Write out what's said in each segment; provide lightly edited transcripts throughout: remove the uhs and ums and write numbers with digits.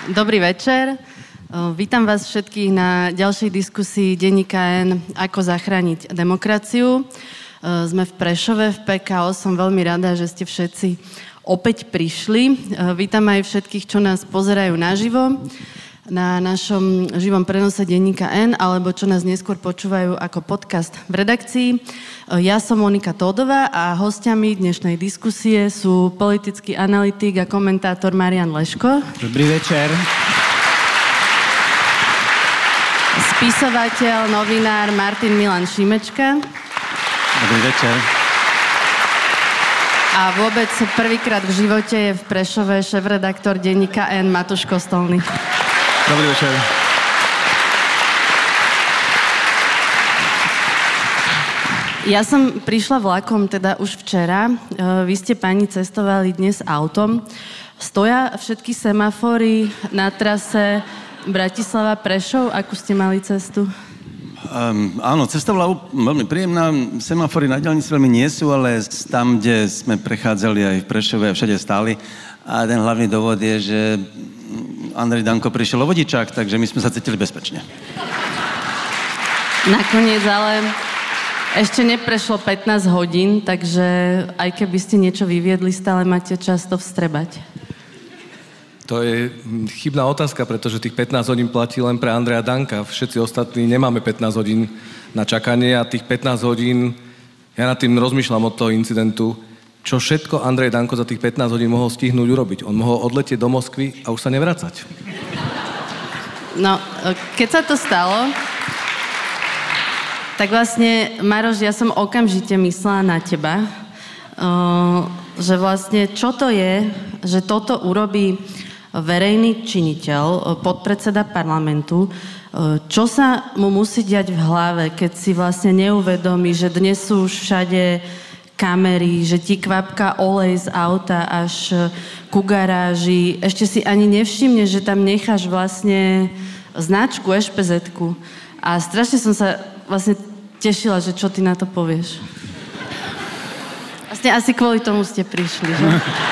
Dobrý večer. Vítam vás všetkých na ďalšej diskusii denníka N Ako zachrániť demokraciu. Sme v Prešove, v PKO. Som veľmi rada, že ste všetci opäť prišli. Vítam aj všetkých, čo nás pozerajú naživo na našom živom prenose denníka N, alebo čo nás neskôr počúvajú ako podcast v redakcii. Ja som Monika Tódová a hostiami dnešnej diskusie sú politický analytik a komentátor Marian Leško. Dobrý večer. Spisovateľ, novinár Martin Milan Šimečka. Dobrý večer. A vôbec prvýkrát v živote je v Prešove šéfredaktor denníka N Matúš Kostolný. Dobrý večer. Ja som prišla vlakom teda už včera. Vy ste, pani, cestovali dnes autom. Stoja všetky semafory na trase Bratislava-Prešov? Akú ste mali cestu? Áno, cesta bola veľmi príjemná. Semafory na diaľnici veľmi nie sú, ale tam, kde sme prechádzali aj v Prešove, všade stáli. A ten hlavný dôvod je, že Andrej Danko prišiel o vodičák, takže my sme sa cítili bezpečne. Nakoniec, ale ešte neprešlo 15 hodín, takže aj keby ste niečo vyviedli, stále máte čas to vstrebať. To je chybná otázka, pretože tých 15 hodín platí len pre Andreja Danka. Všetci ostatní nemáme 15 hodín na čakanie a tých 15 hodín, ja nad tým rozmýšľam od toho incidentu, čo všetko Andrej Danko za tých 15 hodín mohol stihnúť urobiť. On mohol odletieť do Moskvy a už sa nevracať. No, keď sa to stalo, tak vlastne, Maroš, ja som okamžite myslela na teba, že vlastne čo to je, že toto urobí verejný činiteľ, podpredseda parlamentu, čo sa mu musí diať v hlave, keď si vlastne neuvedomí, že dnes sú už všade kamery, že ti kvapka olej z auta až ku garáži. Ešte si ani nevšimne, že tam necháš vlastne značku, ešpezetku. A strašne som sa vlastne tešila, že čo ty na to povieš. Vlastne asi kvôli tomu ste prišli, že?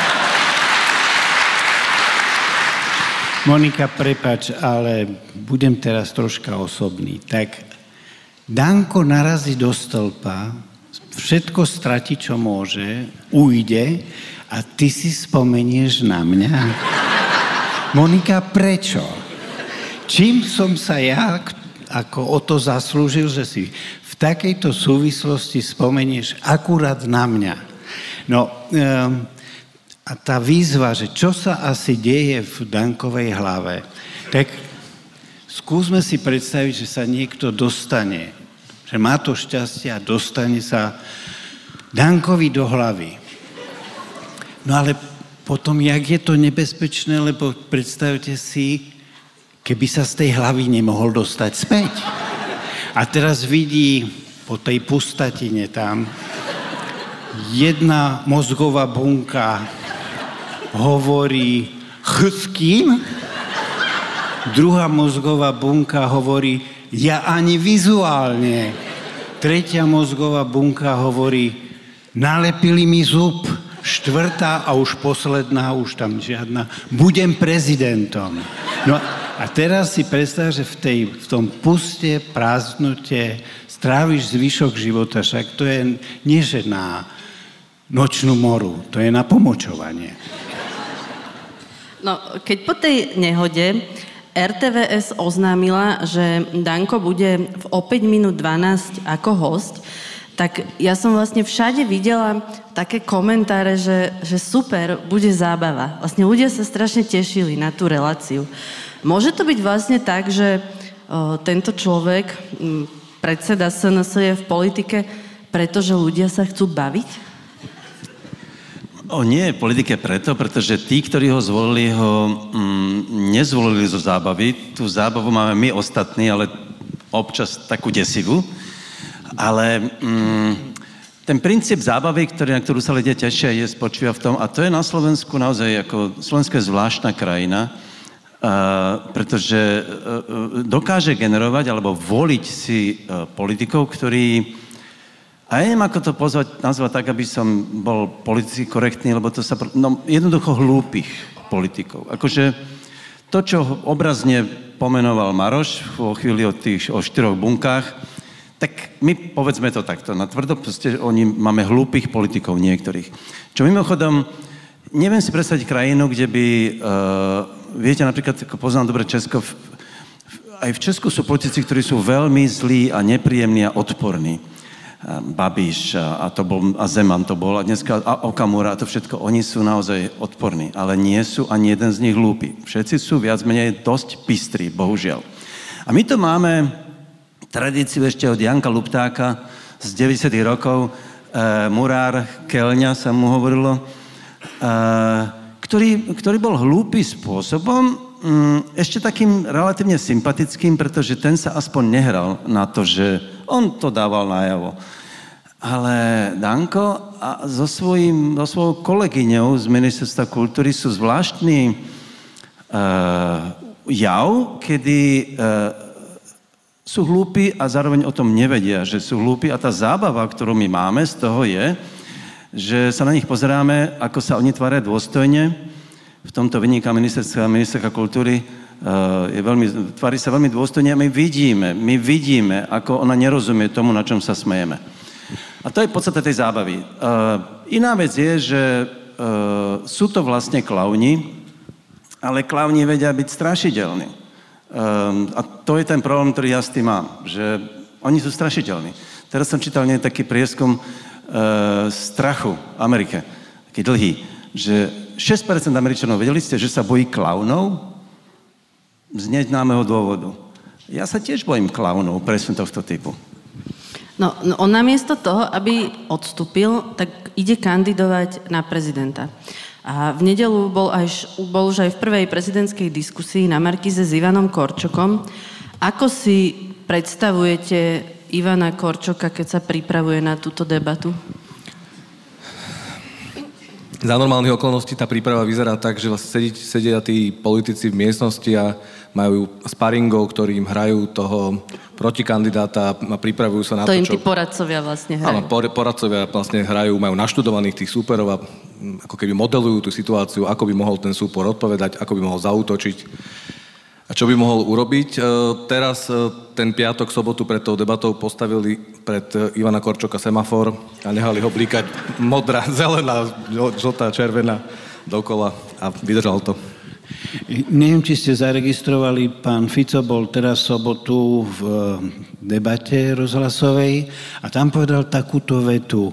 Monika, prepáč, ale budem teraz troška osobný. Tak Danko narazí do stĺpa, všetko stratí, čo môže, ujde a ty si spomenieš na mňa. Monika, prečo? Čím som sa ja ako o to zaslúžil, že si v takejto súvislosti spomenieš akurát na mňa? No, a tá výzva, že čo sa asi deje v Dankovej hlave, tak skúsme si predstaviť, že sa niekto dostane, že má to šťastie a dostane sa Dankovi do hlavy. No ale potom, jak je to nebezpečné, lebo predstavte si, keby sa z tej hlavy nemohol dostať späť. A teraz vidí po tej pustatine tam jedna mozgová bunka hovorí s kým? Druhá mozgová bunka hovorí ja ani vizuálne. Tretia mozgová bunka hovorí nalepili mi zub. Štvrtá a už posledná, už tam žiadna, budem prezidentom. No a teraz si predstav, že v tom puste, prázdnote stráviš zvyšok života, však to je nie že na nočnú moru, to je na pomočovanie. No, keď po tej nehode RTVS oznámila, že Danko bude v o 5 minút 12 ako host, tak ja som vlastne všade videla také komentáre, že super, bude zábava. Vlastne ľudia sa strašne tešili na tú reláciu. Môže to byť vlastne tak, že tento človek, predseda SNS, je v politike, pretože ľudia sa chcú baviť? Nie je v politike pretože tí, ktorí ho zvolili, ho nezvolili zo zábavy. Tú zábavu máme my ostatní, ale občas takú desivú. Ale ten princíp zábavy, na ktorú sa ľudia tešia, spočíva v tom, a to je na Slovensku naozaj, ako Slovensko je zvláštna krajina, pretože dokáže generovať alebo voliť si politikov, ktorí, a ja neviem, ako to nazvať tak, aby som bol politicky korektný, lebo to sa, jednoducho hlúpych politikov. Akože to, čo obrazne pomenoval Maroš vo chvíli o 4 bunkách, tak my povedzme to takto, na tvrdo, proste máme hlúpych politikov niektorých. Čo mimochodom, neviem si predstaviť krajinu, kde by, viete, napríklad, ako poznám dobre Česko, aj v Česku sú politici, ktorí sú veľmi zlí a nepríjemní a odporní. Babiš a Zeman to bol a dneska Okamura a to všetko, oni sú naozaj odporní, ale nie sú ani jeden z nich hlúpi. Všetci sú viac menej dosť pystrí, bohužiaľ. A my to máme tradíciu ešte od Janka Luptáka z 90. rokov, murár Keľňa sa mu hovorilo, ktorý bol hlúpy spôsobom, ešte takým relatívne sympatickým, pretože ten sa aspoň nehral na to, že on to dával najavo. Ale Danko a so svojou kolegyňou z Ministerstva kultúry sú zvláštny jav, kedy sú hlúpi a zároveň o tom nevedia, že sú hlúpi a tá zábava, ktorú my máme z toho je, že sa na nich pozeráme, ako sa oni tvária dôstojne. V tomto vyniká ministerka kultúry, tvári sa veľmi dôstojne a my vidíme, ako ona nerozumie tomu, na čom sa smejeme. A to je podstate tej zábavy. Iná vec je, že sú to vlastne klauni, ale klauni vedia byť strašidelní. A to je ten problém, ktorý ja s tým mám, že oni sú strašidelní. Teraz som čítal taký prieskum strachu v Amerike, taký dlhý, že 6% Američanov, vedeli ste, že sa bojí klaunov? Z neznámeho dôvodu. Ja sa tiež bojím klaunov, presne tohto typu. No, on namiesto toho, aby odstúpil, tak ide kandidovať na prezidenta. A v nedeľu bol už aj v prvej prezidentskej diskusii na Markíze s Ivanom Korčokom. Ako si predstavujete Ivana Korčoka, keď sa pripravuje na túto debatu? Za normálnych okolností tá príprava vyzerá tak, že sedia tí politici v miestnosti a majú sparingov, ktorí im hrajú toho protikandidáta a pripravujú sa na to, čo... To im tí poradcovia vlastne hrajú. Áno, poradcovia vlastne hrajú, majú naštudovaných tých súperov a ako keby modelujú tú situáciu, ako by mohol ten súpor odpovedať, ako by mohol zaútočiť a čo by mohol urobiť. Teraz ten piatok, sobotu pred tou debatou postavili pred Ivana Korčoka semafor a nehali ho blíkať modrá, zelená, žltá, červená dokola a vydržal to. Neviem, či ste zaregistrovali, pán Fico bol teraz v sobotu v debate rozhlasovej a tam povedal takúto vetu.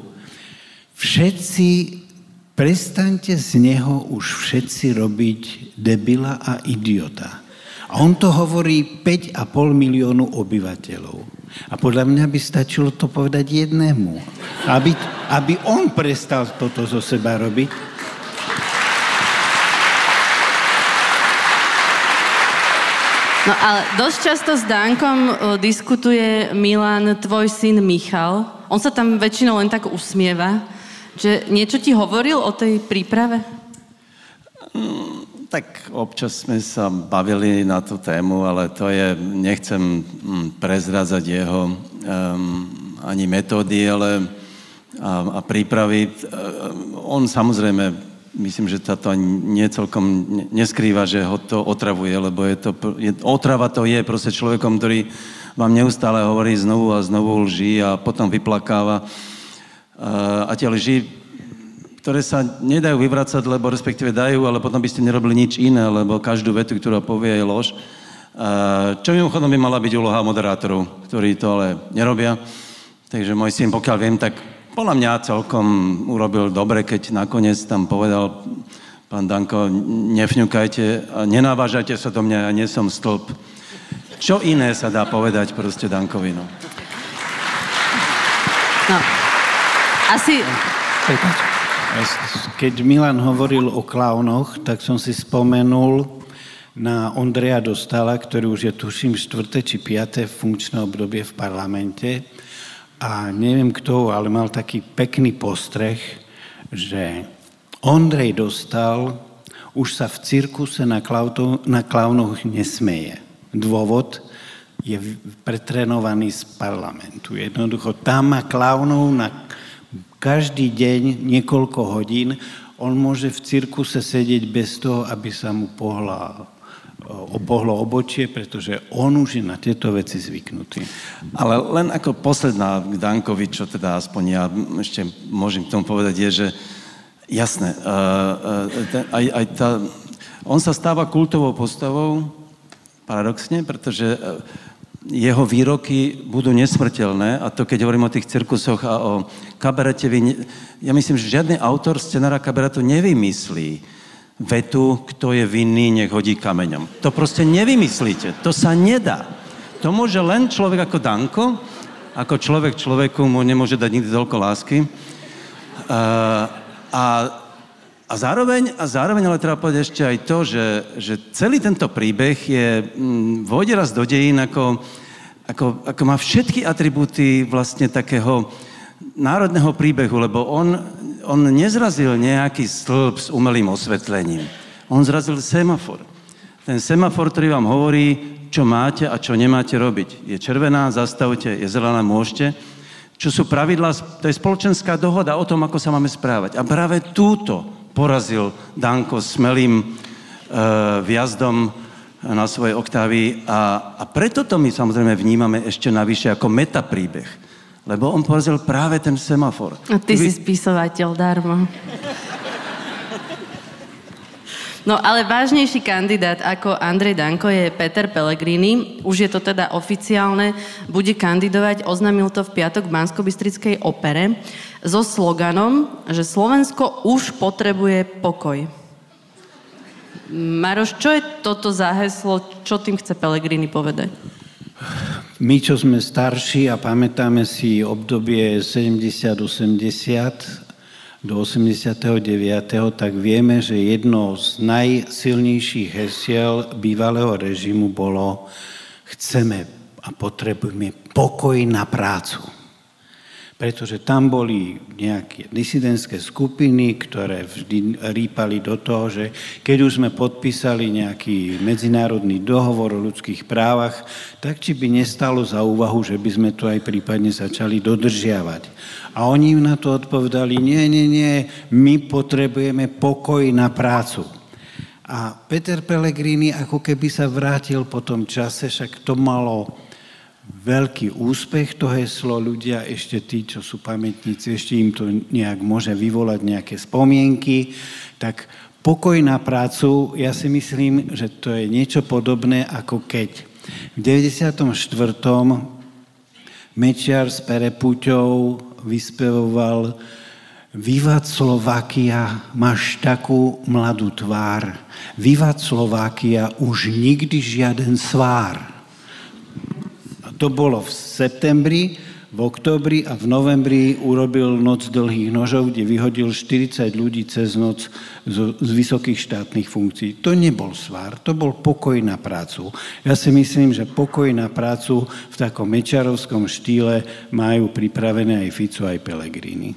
Prestaňte z neho už všetci robiť debila a idiota. A on to hovorí 5,5 miliónu obyvateľov. A podľa mňa by stačilo to povedať jednému. Aby on prestal toto zo seba robiť. No ale dosť často s Dankom diskutuje Milan, tvoj syn Michal. On sa tam väčšinou len tak usmieva. Že niečo ti hovoril o tej príprave? Tak občas sme sa bavili na tú tému, ale to je, nechcem prezradzať jeho ani metódy, ale a prípravy. On samozrejme, myslím, že táto nie celkom neskrýva, že ho to otravuje, lebo otrava to je proste človekom, ktorý vám neustále hovorí znovu a znovu lží a potom vyplakáva. A tie lži, ktoré sa nedajú vyvracať, lebo respektíve dajú, ale potom by ste nerobili nič iné, lebo každú vetu, ktorá povie, je lož. Čo mimochodom by mala byť úloha moderátorov, ktorí to ale nerobia. Takže môj syn, pokiaľ viem, tak podľa mňa celkom urobil dobre, keď nakoniec tam povedal pán Danko, nefňukajte, nenavážajte sa do mňa, ja nie som stĺp. Čo iné sa dá povedať proste Dankovi, no? No, asi... Keď Milan hovoril o klaunoch, tak som si spomenul na Ondreja Dostála, ktorý už je tuším 4. či 5. funkčné obdobie v parlamente. A neviem kto, ale mal taký pekný postreh, že Ondrej Dostál už sa v cirkuse na klaunoch nesmeje. Dôvod je pretrénovaný z parlamentu. Jednoducho tam má klaunov na každý deň niekoľko hodín. On môže v cirkuse sedieť bez toho, aby sa mu pohla opohlo obočie, pretože on už je na tieto veci zvyknutý. Ale len ako posledná k Dankovi, čo teda aspoň ja ešte môžem k tomu povedať, je, že jasné, on sa stáva kultovou postavou, paradoxne, pretože jeho výroky budú nesmrteľné a to, keď hovorím o tých cirkusoch a o kabarete, ja myslím, že žiadny autor scenára kabaretu nevymyslí vetu, kto je vinný, nech hodí kameňom. To proste nevymyslíte. To sa nedá. To môže len človek ako Danko, ako človek človeku mu nemôže dať nikdy toľko lásky. A zároveň ale treba povedať ešte aj to, že celý tento príbeh vôjde raz do dejín, ako má všetky atribúty vlastne takého národného príbehu, lebo on nezrazil nejaký stĺp s umelým osvetlením. On zrazil semafor. Ten semafor, ktorý vám hovorí, čo máte a čo nemáte robiť. Je červená, zastavte, je zelená, môžete. Čo sú pravidlá, to je spoločenská dohoda o tom, ako sa máme správať. A práve túto porazil Danko smelým vjazdom na svoje oktávy a preto to my samozrejme vnímame ešte navyše ako metapríbeh. Lebo on porazil práve ten semafor. A ty si spisovateľ darmo. No ale vážnejší kandidát ako Andrej Danko je Peter Pellegrini. Už je to teda oficiálne. Bude kandidovať, oznámil to v piatok v Banskobystrickej opere so sloganom, že Slovensko už potrebuje pokoj. Maroš, čo je toto za heslo? Čo tým chce Pellegrini povedať? My, čo sme starší a pamätáme si obdobie 70-80 do 89., tak vieme, že jedno z najsilnejších hesiel bývalého režimu bolo chceme a potrebujeme pokoj na prácu. Pretože tam boli nejaké disidentské skupiny, ktoré vždy rýpali do toho, že keď už sme podpísali nejaký medzinárodný dohovor o ľudských právach, tak či by nestalo za úvahu, že by sme to aj prípadne začali dodržiavať. A oni im na to odpovedali, nie, my potrebujeme pokoj na prácu. A Peter Pellegrini ako keby sa vrátil po tom čase, však to malo veľký úspech, to heslo, ľudia, ešte tí, čo sú pamätníci, ešte im to nejak môže vyvolať nejaké spomienky, tak pokoj na prácu, ja si myslím, že to je niečo podobné, ako keď v 94. Mečiar s Perepuťou vyspevoval Vivat Slovakia, máš takú mladú tvár. Vivat Slovakia, už nikdy žiaden svár. To bolo v septembri, v októbri a v novembri urobil Noc dlhých nožov, kde vyhodil 40 ľudí cez noc z vysokých štátnych funkcií. To nebol svár, to bol pokoj na prácu. Ja si myslím, že pokoj na prácu v takom mečiarovskom štýle majú pripravené aj Fico, aj Pellegrini.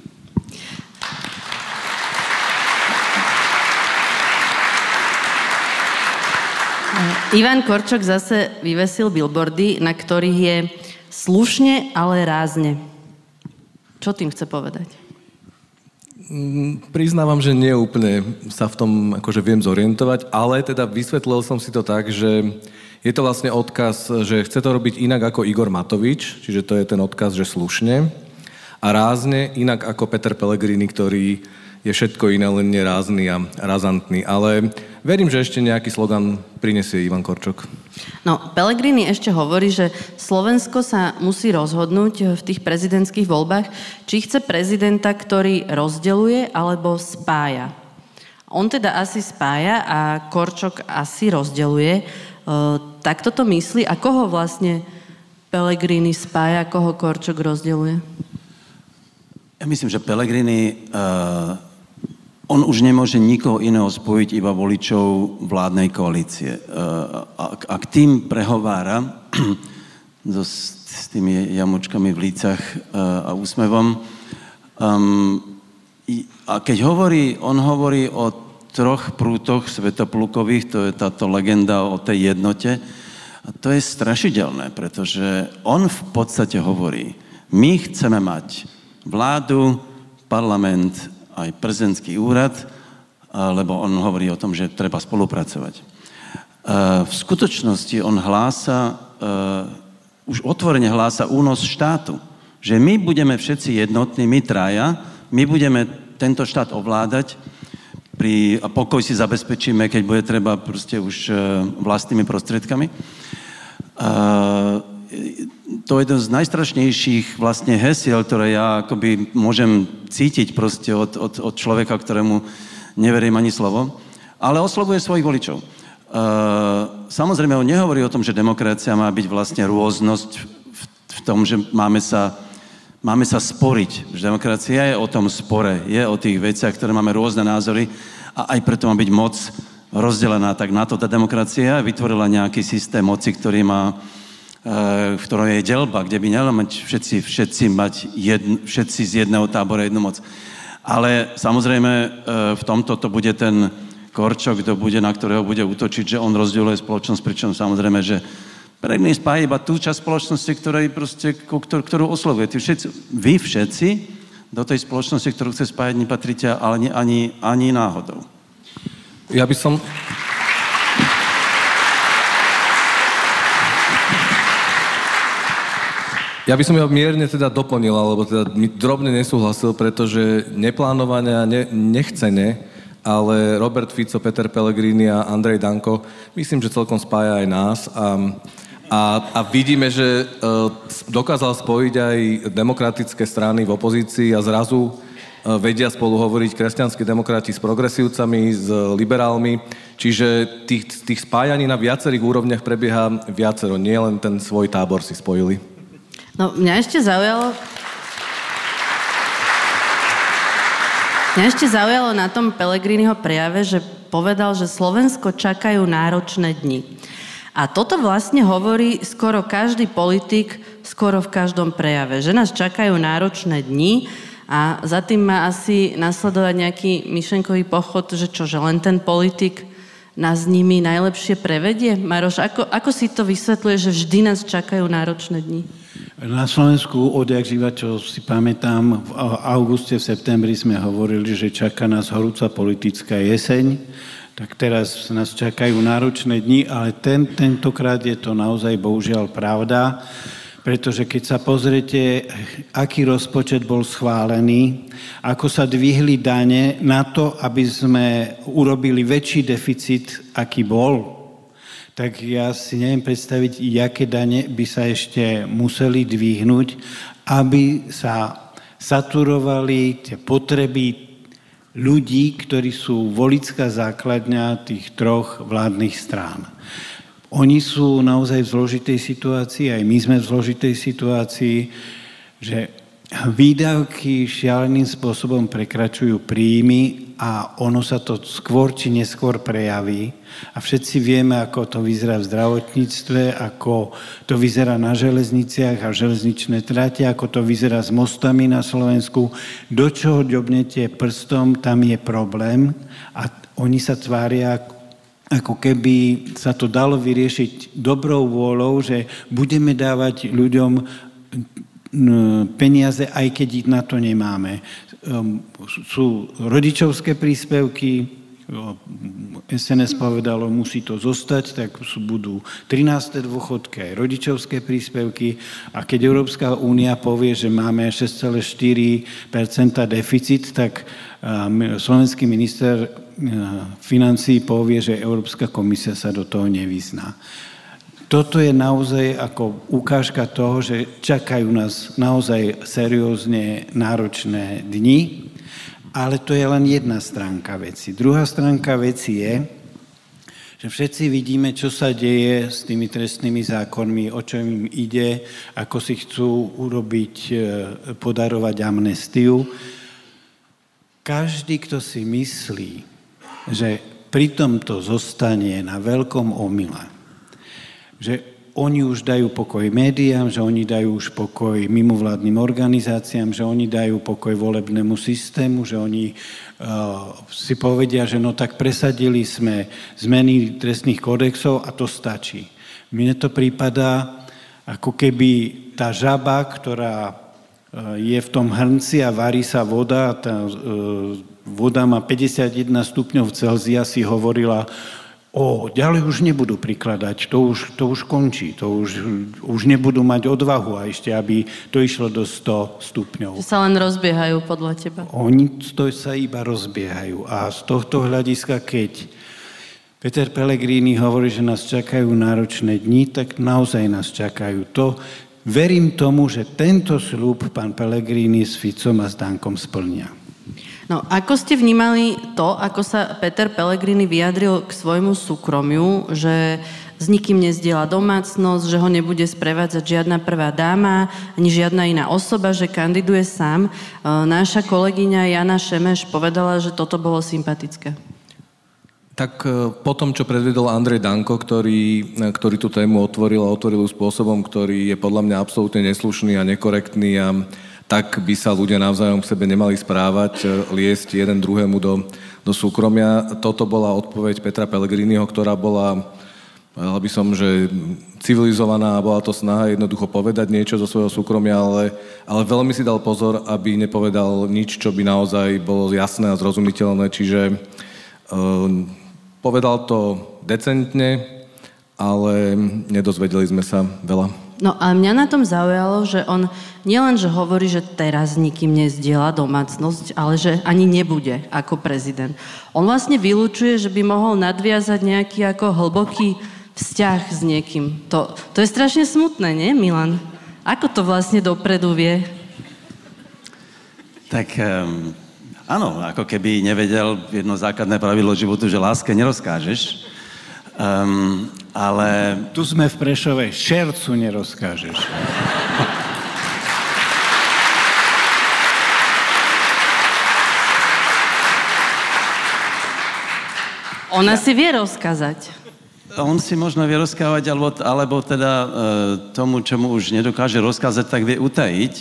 Ivan Korčok zase vyvesil billboardy, na ktorých je slušne, ale rázne. Čo tým chce povedať? Priznávam, že nie úplne sa v tom akože viem zorientovať, ale teda vysvetlil som si to tak, že je to vlastne odkaz, že chce to robiť inak ako Igor Matovič, čiže to je ten odkaz, že slušne a rázne, inak ako Peter Pellegrini, ktorý je všetko iné, len nerázny a razantný. Ale verím, že ešte nejaký slogan prinesie Ivan Korčok. No, Pellegrini ešte hovorí, že Slovensko sa musí rozhodnúť v tých prezidentských voľbách, či chce prezidenta, ktorý rozdeľuje alebo spája. On teda asi spája a Korčok asi rozdeľuje. Tak toto myslí? A koho vlastne Pellegrini spája, koho Korčok rozdeľuje? Ja myslím, že Pellegrini on už nemôže nikoho iného spojiť, iba voličov vládnej koalície. A k tým prehovára s tými jamočkami v lícach a úsmevom. A keď on hovorí o troch prútoch svetoplukových, to je táto legenda o tej jednote, a to je strašidelné, pretože on v podstate hovorí, my chceme mať vládu, parlament, aj prezidentský úrad, lebo on hovorí o tom, že treba spolupracovať. v skutočnosti on hlása, už otvorene hlása únos štátu. Že my budeme všetci jednotní, my traja, my budeme tento štát ovládať a pokoj si zabezpečíme, keď bude treba proste už vlastnými prostriedkami. To je jeden z najstrašnejších vlastne hesiel, ktoré ja akoby môžem cítiť proste od človeka, ktorému neverím ani slovo, ale oslovuje svojich voličov. Samozrejme, on nehovorí o tom, že demokracia má byť vlastne rôznosť v tom, že máme sa sporiť. Že demokracia je o tom spore, je o tých veciach, ktoré máme rôzne názory a aj preto má byť moc rozdelená. Tak na to tá demokracia vytvorila nejaký systém moci, v ktorom je deľba, kde by nemali mať všetci z jedného tábora jednu moc. Ale samozrejme v tomto to bude ten Korčok, na ktorého bude útočiť, že on rozdieluje spoločnosť, pričom samozrejme, že Pelegrini spája iba tú časť spoločnosti, ktorú oslovuje. Vy všetci do tej spoločnosti, ktorú chce spájať, nepatríte, ale ani náhodou. Ja by som ho mierne teda doplnil, alebo teda drobne nesúhlasil, pretože neplánovania, nechcene, ale Robert Fico, Peter Pellegrini a Andrej Danko, myslím, že celkom spája aj nás a vidíme, že dokázal spojiť aj demokratické strany v opozícii a zrazu vedia spolu hovoriť kresťanskí demokrati s progresívcami, s liberálmi, čiže tých spájaní na viacerých úrovniach prebieha viacero, nie len ten svoj tábor si spojili. No, mňa ešte zaujalo na tom Pellegriniho prejave, že povedal, že Slovensko čakajú náročné dni. A toto vlastne hovorí skoro každý politik, skoro v každom prejave, že nás čakajú náročné dni a za tým má asi nasledovať nejaký myšlenkový pochod, že len ten politik nás nimi najlepšie prevedie. Maroš, ako si to vysvetľuje, že vždy nás čakajú náročné dni? Na Slovensku odjak živa, čo si pamätám, v auguste, v septembri sme hovorili, že čaká nás horúca politická jeseň, tak teraz nás čakajú náročné dni, ale tentokrát je to naozaj bohužiaľ pravda, pretože keď sa pozriete, aký rozpočet bol schválený, ako sa dvihli dane na to, aby sme urobili väčší deficit, aký bol, tak ja si neviem predstaviť, aké dane by sa ešte museli dvihnúť, aby sa saturovali tie potreby ľudí, ktorí sú volická základňa tých troch vládnych strán. Oni sú naozaj v zložitej situácii, aj my sme v zložitej situácii, že výdavky šialeným spôsobom prekračujú príjmy a ono sa to skôr či neskôr prejaví. A všetci vieme, ako to vyzerá v zdravotníctve, ako to vyzerá na železniciach a železničné trate, ako to vyzerá s mostami na Slovensku. Do čoho ďobnete prstom, tam je problém a oni sa tvária, ako keby sa to dalo vyriešiť dobrou vôľou, že budeme dávať ľuďom peniaze, aj keď ich na to nemáme. Sú rodičovské príspevky, SNS povedalo, musí to zostať, tak budú 13. dôchodky aj rodičovské príspevky a keď Európska únia povie, že máme 6,4% deficit, tak slovenský minister financií povie, že Európska komisia sa do toho nevyzná. Toto je naozaj ako ukážka toho, že čakajú nás naozaj seriózne náročné dni, ale to je len jedna stránka veci. Druhá stránka veci je, že všetci vidíme, čo sa deje s tými trestnými zákonmi, o čo im ide, ako si chcú podarovať amnestiu. Každý, kto si myslí, že pri tomto zostane na veľkom omyle, že oni už dajú pokoj médiám, že oni dajú už pokoj mimovládnym organizáciám, že oni dajú pokoj volebnému systému, že oni si povedia, že no tak presadili sme zmeny trestných kódexov a to stačí. Mne to prípada, ako keby tá žaba, ktorá je v tom hrnci a varí sa voda, tá voda má 51 stupňov Celzia, si hovorila, ďalej už nebudú prikladať, to už končí, to už nebudú mať odvahu a ešte, aby to išlo do 100 stupňov. Že sa len rozbiehajú podľa teba. Oni to sa iba rozbiehajú a z tohto hľadiska, keď Peter Pellegrini hovorí, že nás čakajú náročné dni, tak naozaj nás čakajú. Verím tomu, že tento sľub pán Pellegrini s Ficom a s Dankom splnia. No, ako ste vnímali to, ako sa Peter Pellegrini vyjadril k svojmu súkromiu, že s nikým nezdieľa domácnosť, že ho nebude sprevádzať žiadna prvá dáma, ani žiadna iná osoba, že kandiduje sám. Naša kolegyňa Jana Šemeš povedala, že toto bolo sympatické. Tak po tom, čo predvedol Andrej Danko, ktorý tú tému otvoril spôsobom, ktorý je podľa mňa absolútne neslušný a nekorektný a tak by sa ľudia navzájom k sebe nemali správať, liesť jeden druhému do súkromia. Toto bola odpoveď Petra Pellegriniho, ktorá bola, povedal by som, že civilizovaná a bola to snaha jednoducho povedať niečo zo svojho súkromia, ale veľmi si dal pozor, aby nepovedal nič, čo by naozaj bolo jasné a zrozumiteľné. Čiže povedal to decentne, ale nedozvedeli sme sa veľa. No a mňa na tom zaujalo, že on nielen, že hovorí, že teraz nikým nezdieľa domácnosť, ale že ani nebude ako prezident. On vlastne vylúčuje, že by mohol nadviazať nejaký ako hlboký vzťah s niekým. To je strašne smutné, nie, Milan? Ako to vlastne dopredu vie? Tak áno, ako keby nevedel jedno základné pravidlo životu, že láske nerozkážeš. Ale... Tu sme v Prešove, šercu nerozkážeš. Ona si vie rozkázať. On si možno vie rozkázať, alebo teda tomu, čomu už nedokáže rozkázať, tak vie utajiť.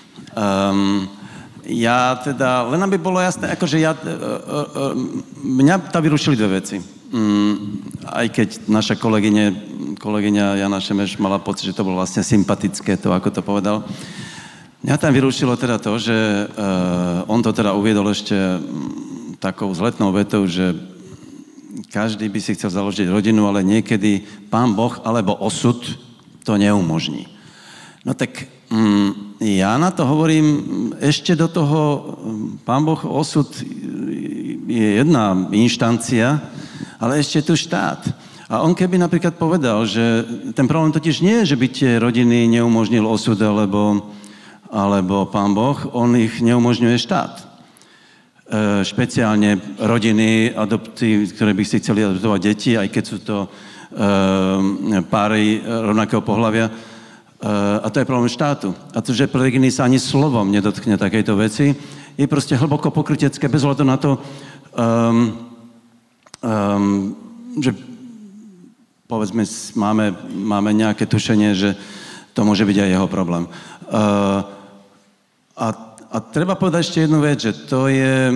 Ja teda, len aby bolo jasné, akože mňa tam vyrušili dve veci. Aj keď naša kolegyňa Jana Šemeš mala pocit, že to bolo vlastne sympatické, to, ako to povedal. Mňa tam vyrušilo teda to, že on to teda uviedol ešte takou vzletnou vetou, že každý by si chcel založiť rodinu, ale niekedy Pán Boh alebo osud to neumožní. No tak ja na to hovorím, ešte do toho Pán Boh, osud je jedna inštancia, ale ešte tu štát. A on keby napríklad povedal, že ten problém totiž nie je, že by tie rodiny neumožnil osud alebo Pán Boh, on ich neumožňuje štát. Špeciálne rodiny, adopty, ktoré by si chceli adoptovať deti, aj keď sú to páry rovnakého pohlavia. A to je problém štátu. A to, že Pellegrini sa ani slovom nedotkne takejto veci, je proste hlboko pokrytecké, bez ohľadu na to, že povedzme, máme nejaké tušenie, že to môže byť aj jeho problém. A treba povedať ešte jednu vec, že to je...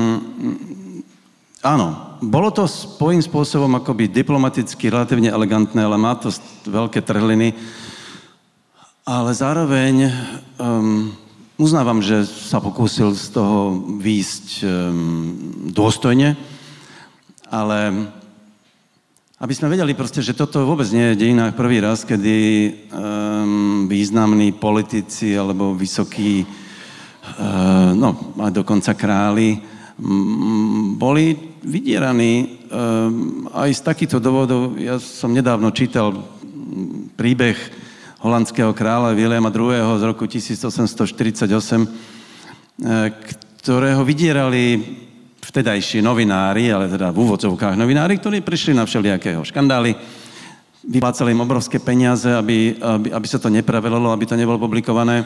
áno, bolo to svojím spôsobom akoby diplomaticky, relatívne elegantné, ale má to veľké trhliny. Ale zároveň uznávam, že sa pokúsil z toho výjsť dôstojne, ale aby sme vedeli proste, že toto vôbec nie je v dejinách prvý raz, kedy významní politici alebo vysokí, aj dokonca králi, boli vydieraní aj z takýchto dôvodov. Ja som nedávno čítal príbeh holandského kráľa Williama II. Z roku 1848, ktorého vydierali vtedajší novinári, ale teda v úvodzovkách novinári, ktorí prišli na všelijakého škandály, vyplácali im obrovské peniaze, aby sa to nepravelilo, aby to nebolo publikované.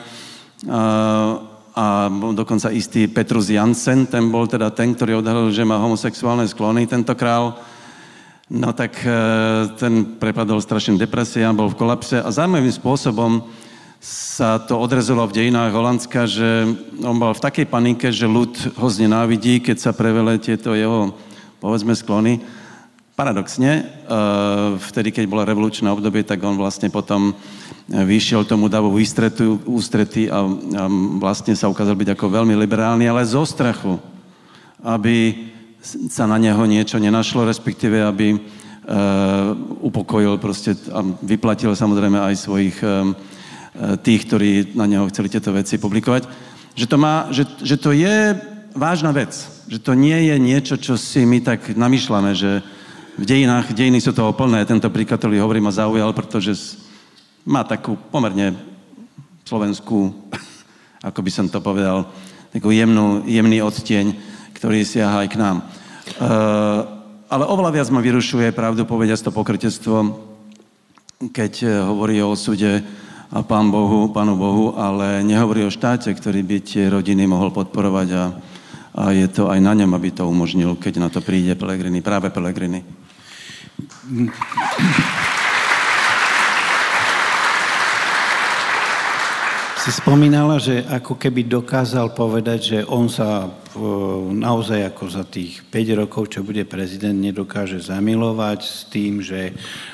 A dokonca istý Petrus Jansen, ten bol teda ten, ktorý odhalil, že má homosexuálne sklony, tento král. No tak ten prepadol strašným depresiám, bol v kolapse a zaujímavým spôsobom sa to odrezalo v dejinách Holandska, že on bol v takej panike, že ľud ho znenávidí, keď sa prevele tieto jeho, povedzme, sklony. Paradoxne, vtedy, keď bola revolučné obdobie, tak on vlastne potom vyšiel tomu davu ústrety a vlastne sa ukázal byť ako veľmi liberálny, ale zo strachu, aby sa na neho niečo nenašlo, respektíve aby upokojil proste a vyplatil samozrejme aj svojich tých, ktorí na neho chceli tieto veci publikovať. Že to je vážna vec. Že to nie je niečo, čo si my tak namýšľame, že v dejiny sú toho plné. Tento príklad, ktorý hovorím, ma zaujal, pretože má takú pomerne slovenskú, ako by som to povedal, takú jemný odtieň, ktorý siaha aj k nám. Ale oveľa viac ma vyrušuje, pravdu povediac, to pokrytectvo, keď hovorí o osude a Pánu Bohu, ale nehovorí o štáte, ktorý by tie rodiny mohol podporovať a je to aj na ňom, aby to umožnil, keď na to príde Pellegrini, práve Pellegrini. Si spomínala, že ako keby dokázal povedať, že on sa naozaj ako za tých 5 rokov, čo bude prezident, nedokáže zamilovať s tým, že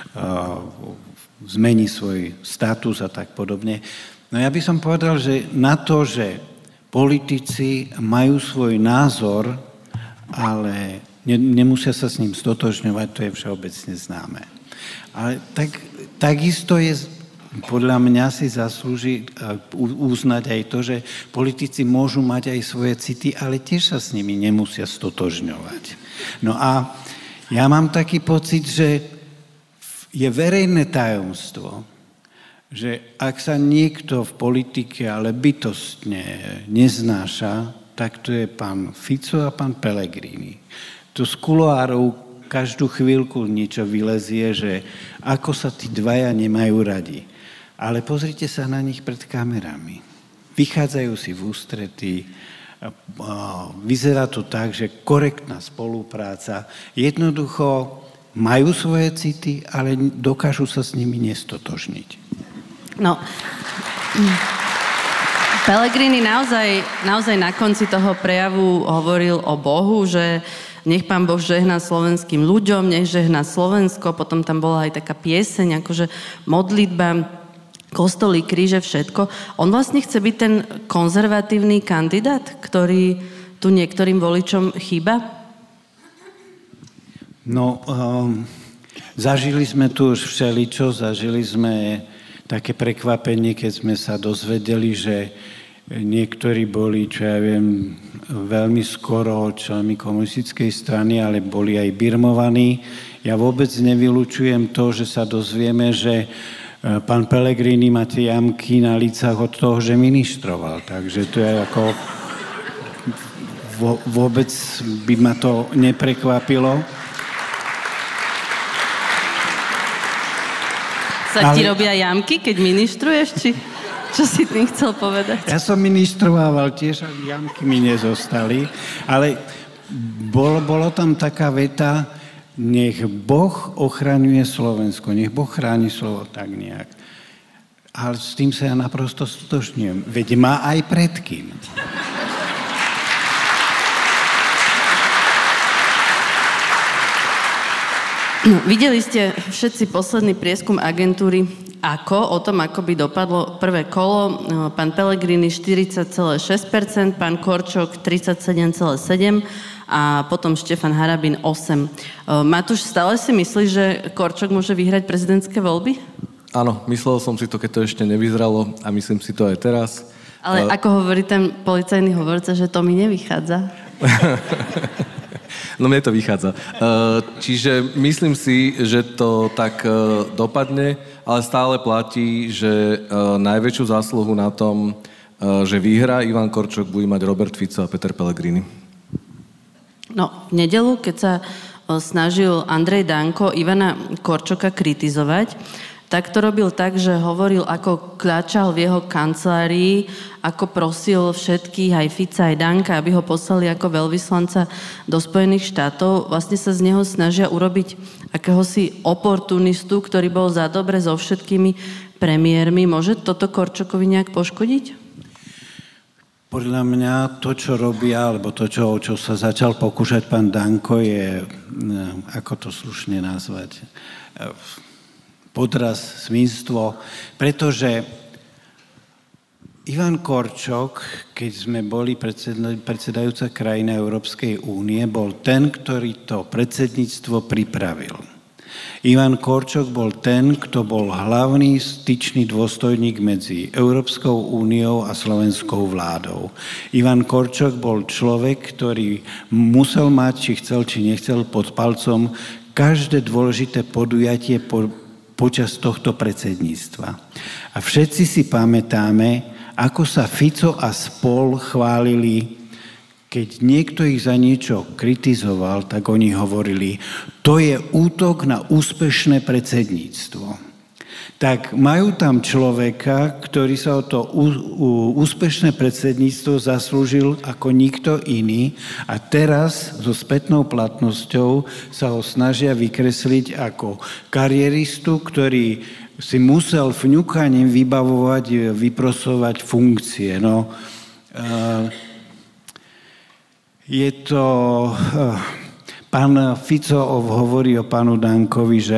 zmení svoj status a tak podobne. No ja by som povedal, že na to, že politici majú svoj názor, ale nemusia sa s ním stotožňovať, to je všeobecne známe. Ale takisto je, podľa mňa si zaslúži uznať aj to, že politici môžu mať aj svoje city, ale tiež sa s nimi nemusia stotožňovať. No a ja mám taký pocit, že je verejné tajomstvo, že ak sa niekto v politike, ale bytostne neznáša, tak to je pán Fico a pán Pellegrini. To z kuloárov každú chvíľku niečo vylezie, že ako sa tí dvaja nemajú radi. Ale pozrite sa na nich pred kamerami. Vychádzajú si v ústretí, vyzerá to tak, že korektná spolupráca. Jednoducho majú svoje city, ale dokážu sa s nimi nestotožniť. No, Pellegrini naozaj na konci toho prejavu hovoril o Bohu, že nech Pán Boh žehná slovenským ľuďom, nech žehná Slovensko, potom tam bola aj taká pieseň, akože modlitba, kostoly, kríže, všetko. On vlastne chce byť ten konzervatívny kandidát, ktorý tu niektorým voličom chýba? No, zažili sme tu už všeličo, zažili sme také prekvapenie, keď sme sa dozvedeli, že niektorí boli, čo ja viem, veľmi skoro členmi komunistickej strany, ale boli aj birmovaní. Ja vôbec nevylučujem to, že sa dozvieme, že pán Pellegrini má tie jamky na lícach od toho, že ministroval. Takže to je ako... Vôbec by ma to neprekvapilo. Sa ti robia jamky, keď ministruješ, či čo si tým chcel povedať? Ja som ministrovával tiež, a jamky mi nezostali, ale bolo tam taká veta, nech Boh ochraňuje Slovensko, nech Boh chráni Slovo, tak nejak. Ale s tým sa ja naprosto stotožňujem. Veď má aj pred kým. Videli ste všetci posledný prieskum agentúry o tom, ako by dopadlo prvé kolo. Pán Pellegrini 40,6%, pán Korčok 37,7% a potom Štefan Harabin 8%. Matúš, stále si myslíš, že Korčok môže vyhrať prezidentské voľby? Áno, myslel som si to, keď to ešte nevyzeralo a myslím si to aj teraz. Ale ako hovorí ten policajný hovorca, že to mi nevychádza. No mne to vychádza. Čiže myslím si, že to tak dopadne, ale stále platí, že najväčšiu zásluhu na tom, že vyhrá Ivan Korčok, bude mať Robert Fico a Peter Pellegrini. No, v nedeľu, keď sa snažil Andrej Danko Ivana Korčoka kritizovať, tak to robil tak, že hovoril, ako kľačal v jeho kancelárii, ako prosil všetkých, aj Fica, aj Danka, aby ho poslali ako veľvyslanca do Spojených štátov. Vlastne sa z neho snažia urobiť akéhosi oportunistu, ktorý bol za dobre so všetkými premiérmi. Môže toto Korčokovi nejak poškodiť? Podľa mňa to, čo robia, alebo to, čo sa začal pokúšať pán Danko, je, ako to slušne nazvať, podraz, svinstvo, pretože Ivan Korčok, keď sme boli predsedajúca krajina Európskej únie, bol ten, ktorý to predsedníctvo pripravil. Ivan Korčok bol ten, kto bol hlavný styčný dôstojník medzi Európskou úniou a slovenskou vládou. Ivan Korčok bol človek, ktorý musel mať, či chcel, či nechcel, pod palcom každé dôležité podujatie počas tohto predsedníctva. A všetci si pamätáme, ako sa Fico a spol chválili. Keď niekto ich za niečo kritizoval, tak oni hovorili, to je útok na úspešné predsedníctvo. Tak majú tam človeka, ktorý sa o to úspešné predsedníctvo zaslúžil ako nikto iný a teraz so spätnou platnosťou sa ho snažia vykresliť ako kariéristu, ktorý si musel vňukaním vybavovať, vyprosovať funkcie. No, je to... Pán Fico hovorí o pánu Dankovi, že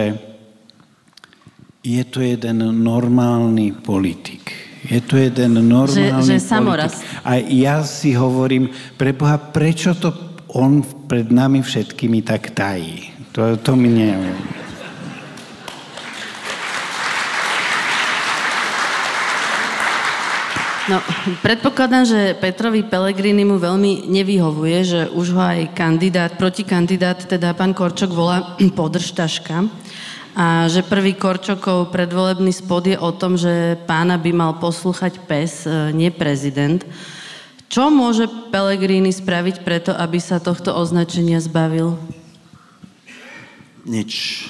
je to jeden normálny politik. Je to jeden normálny že politik. samoraz. A ja si hovorím, preboha, prečo to on pred nami všetkými tak tají? To mi neviem. No, predpokladám, že Petrovi Pellegrinimu veľmi nevyhovuje, že už ho aj protikandidát, teda pán Korčok volá podržtaška a že prvý Korčokov predvolebný spot je o tom, že pána by mal poslúchať pes, nie prezident. Čo môže Pellegrini spraviť preto, aby sa tohto označenia zbavil? Nič.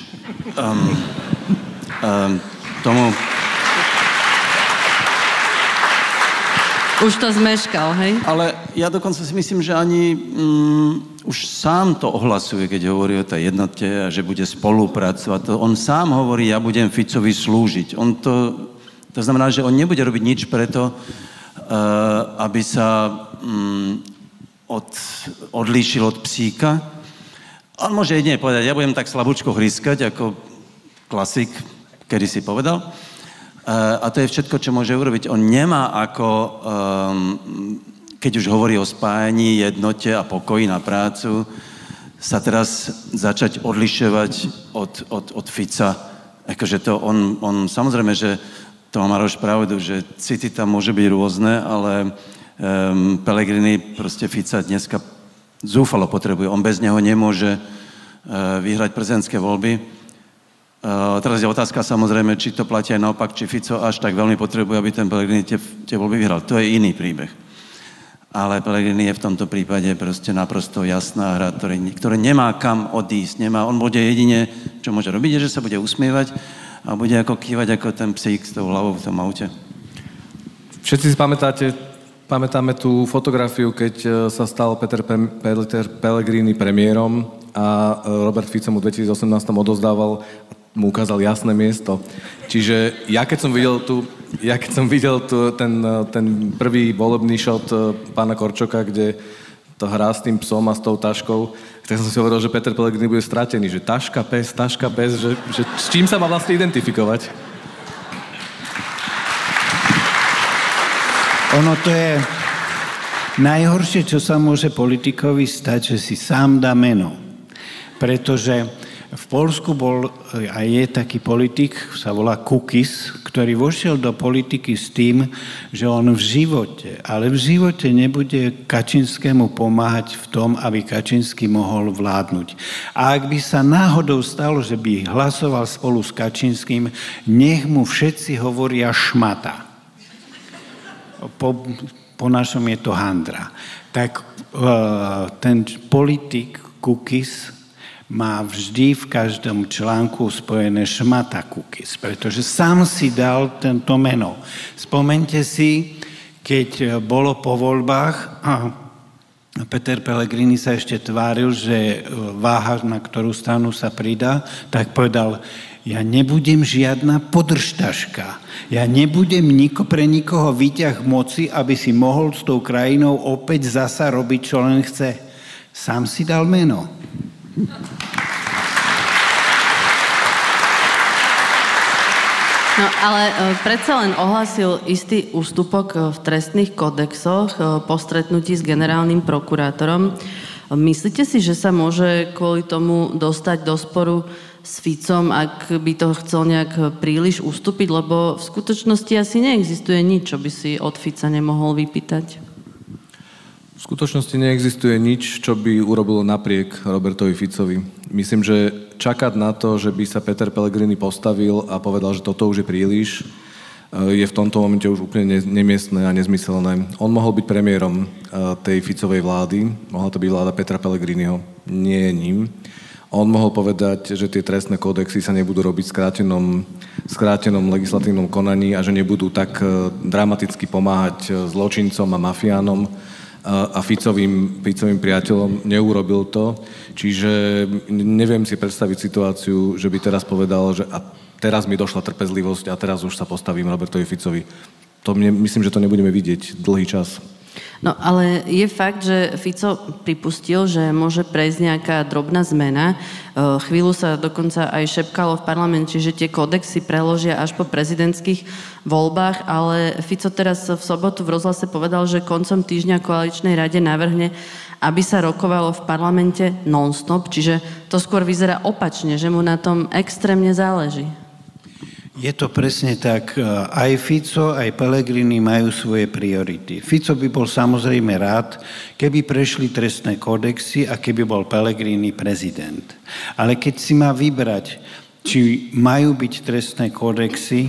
Tomu... Už to zmeškal, hej? Ale ja dokonca si myslím, že ani už sám to ohlasuje, keď hovorí o tej jednote a že bude spolupracovať. On sám hovorí, ja budem Ficovi slúžiť. To znamená, že on nebude robiť nič preto, aby sa odlíšil od psíka. On môže jedine povedať, ja budem tak slabúčko hryskať, ako klasik, kedy si povedal. A to je všetko, čo môže urobiť. On nemá ako, keď už hovorí o spájaní, jednote a pokoji na prácu, sa teraz začať odlišovať od Fica. Akože to on samozrejme, že to má Maroš pravdu, že city tam môže byť rôzne, ale Pellegrini proste Fica dneska zúfalo potrebuje. On bez neho nemôže vyhrať prezidentské voľby. Teraz je otázka samozrejme, či to platí aj naopak, či Fico až tak veľmi potrebuje, aby ten Pellegrini tie voľby vyhral. To je iný príbeh. Ale Pellegrini je v tomto prípade proste naprosto jasná hra, ktorý nemá kam odísť. On bude jedine, čo môže robiť, je, že sa bude usmievať a bude ako kývať ako ten psík s tou hlavou v tom aute. Všetci si pamätáme tú fotografiu, keď sa stal Peter Pellegrini premiérom a Robert Fico mu v 2018 odozdával, mu ukázal jasné miesto. Čiže ja keď som videl ten prvý volebný shot pána Korčoka, kde to hrá s tým psom a s tou taškou, tak som si hovoril, že Peter Pellegrini bude stratený, že taška, pes, že s čím sa má vlastne identifikovať? Ono to je najhoršie, čo sa môže politikovi stať, že si sám dá meno. Pretože v Poľsku bol a je taký politik, sa volá Kukis, ktorý vošiel do politiky s tým, že on v živote nebude Kačinskému pomáhať v tom, aby Kačinský mohol vládnuť. A ak by sa náhodou stalo, že by hlasoval spolu s Kačinským, nech mu všetci hovoria šmata. Po našom je to handra. Tak ten politik Kukis má vždy v každom článku spojené šmata Kukis, pretože sám si dal tento meno. Spomeňte si, keď bolo po voľbách, Peter Pellegrini sa ešte tváril, že váha, na ktorú stranu sa pridá, tak povedal, ja nebudem žiadna podržtaška. Ja nebudem pre nikoho výťah moci, aby si mohol s tou krajinou opäť zasa robiť, čo len chce. Sám si dal meno. No ale predsa len ohlásil istý ústupok v trestných kodexoch po stretnutí s generálnym prokurátorom. Myslíte si, že sa môže kvôli tomu dostať do sporu s Ficom, ak by to chcel nejak príliš ustúpiť, lebo v skutočnosti asi neexistuje nič, čo by si od Fica nemohol vypýtať. V skutočnosti neexistuje nič, čo by urobilo napriek Robertovi Ficovi. Myslím, že čakať na to, že by sa Peter Pellegrini postavil a povedal, že toto už je príliš, je v tomto momente už úplne nemiestné a nezmyselné. On mohol byť premiérom tej Ficovej vlády, mohla to byť vláda Petra Pellegriniho, nie je ním. On mohol povedať, že tie trestné kódexy sa nebudú robiť v skrátenom legislatívnom konaní a že nebudú tak dramaticky pomáhať zločincom a mafiánom a Ficovým priateľom. Neurobil to. Čiže neviem si predstaviť situáciu, že by teraz povedal, že a teraz mi došla trpezlivosť a teraz už sa postavím Robertovi Ficovi. Myslím, že to nebudeme vidieť dlhý čas. No ale je fakt, že Fico pripustil, že môže prejsť nejaká drobná zmena. Chvíľu sa dokonca aj šepkalo v parlamente, že tie kódexy preložia až po prezidentských voľbách, ale Fico teraz v sobotu v rozhlase povedal, že koncom týždňa koaličnej rade navrhne, aby sa rokovalo v parlamente non-stop, čiže to skôr vyzerá opačne, že mu na tom extrémne záleží. Je to presne tak. Aj Fico, aj Pellegrini majú svoje priority. Fico by bol samozrejme rád, keby prešli trestné kódexy a keby bol Pellegrini prezident. Ale keď si má vybrať, či majú byť trestné kódexy,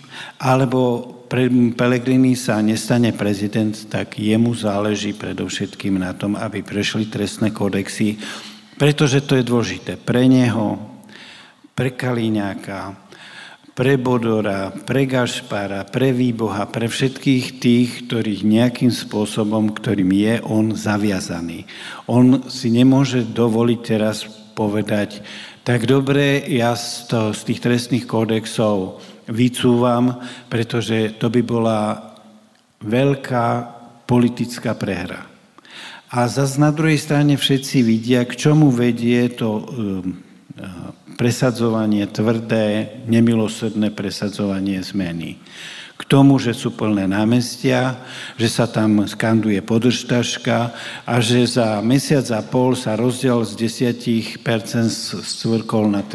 alebo Pellegrini sa nestane prezident, tak jemu záleží predovšetkým na tom, aby prešli trestné kódexy, pretože to je dôležité pre neho, pre Kaliňáka, pre Bodora, pre Gašpara, pre Výboha, pre všetkých tých, ktorých nejakým spôsobom, ktorým je on zaviazaný. On si nemôže dovoliť teraz povedať, tak dobre, ja z tých trestných kódexov vycúvam, pretože to by bola veľká politická prehra. A zase na druhej strane všetci vidia, k čomu vedie to presadzovanie tvrdé, nemilosrdné presadzovanie zmeny. K tomu, že sú plné námestia, že sa tam skanduje podržtaška a že za mesiac a pol sa rozdiel z 10% scvrkol na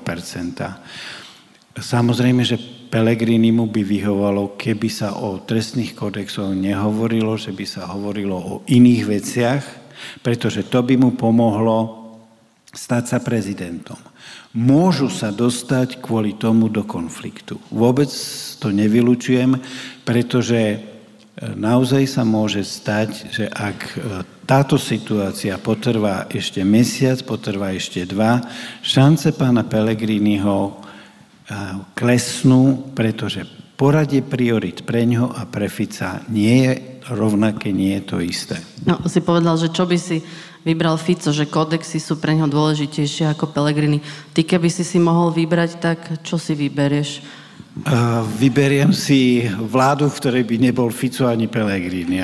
3,5%. Samozrejme, že Pellegrini mu by vyhovalo, keby sa o trestných kódexoch nehovorilo, že by sa hovorilo o iných veciach, pretože to by mu pomohlo stať sa prezidentom. Môžu sa dostať kvôli tomu do konfliktu. Vôbec to nevylučujem, pretože naozaj sa môže stať, že ak táto situácia potrvá ešte mesiac, potrvá ešte 2, šance pána Pellegriniho klesnú, pretože poradie priorit pre ňoho a pre Fica nie je rovnaké, nie je to isté. No, si povedal, že čo by si vybral Fico, že kódexy sú pre ňoho dôležitejšie ako Pellegrini. Ty keby si mohol vybrať, tak čo si vyberieš? Vyberiem si vládu, v ktorej by nebol Fico ani Pellegrini.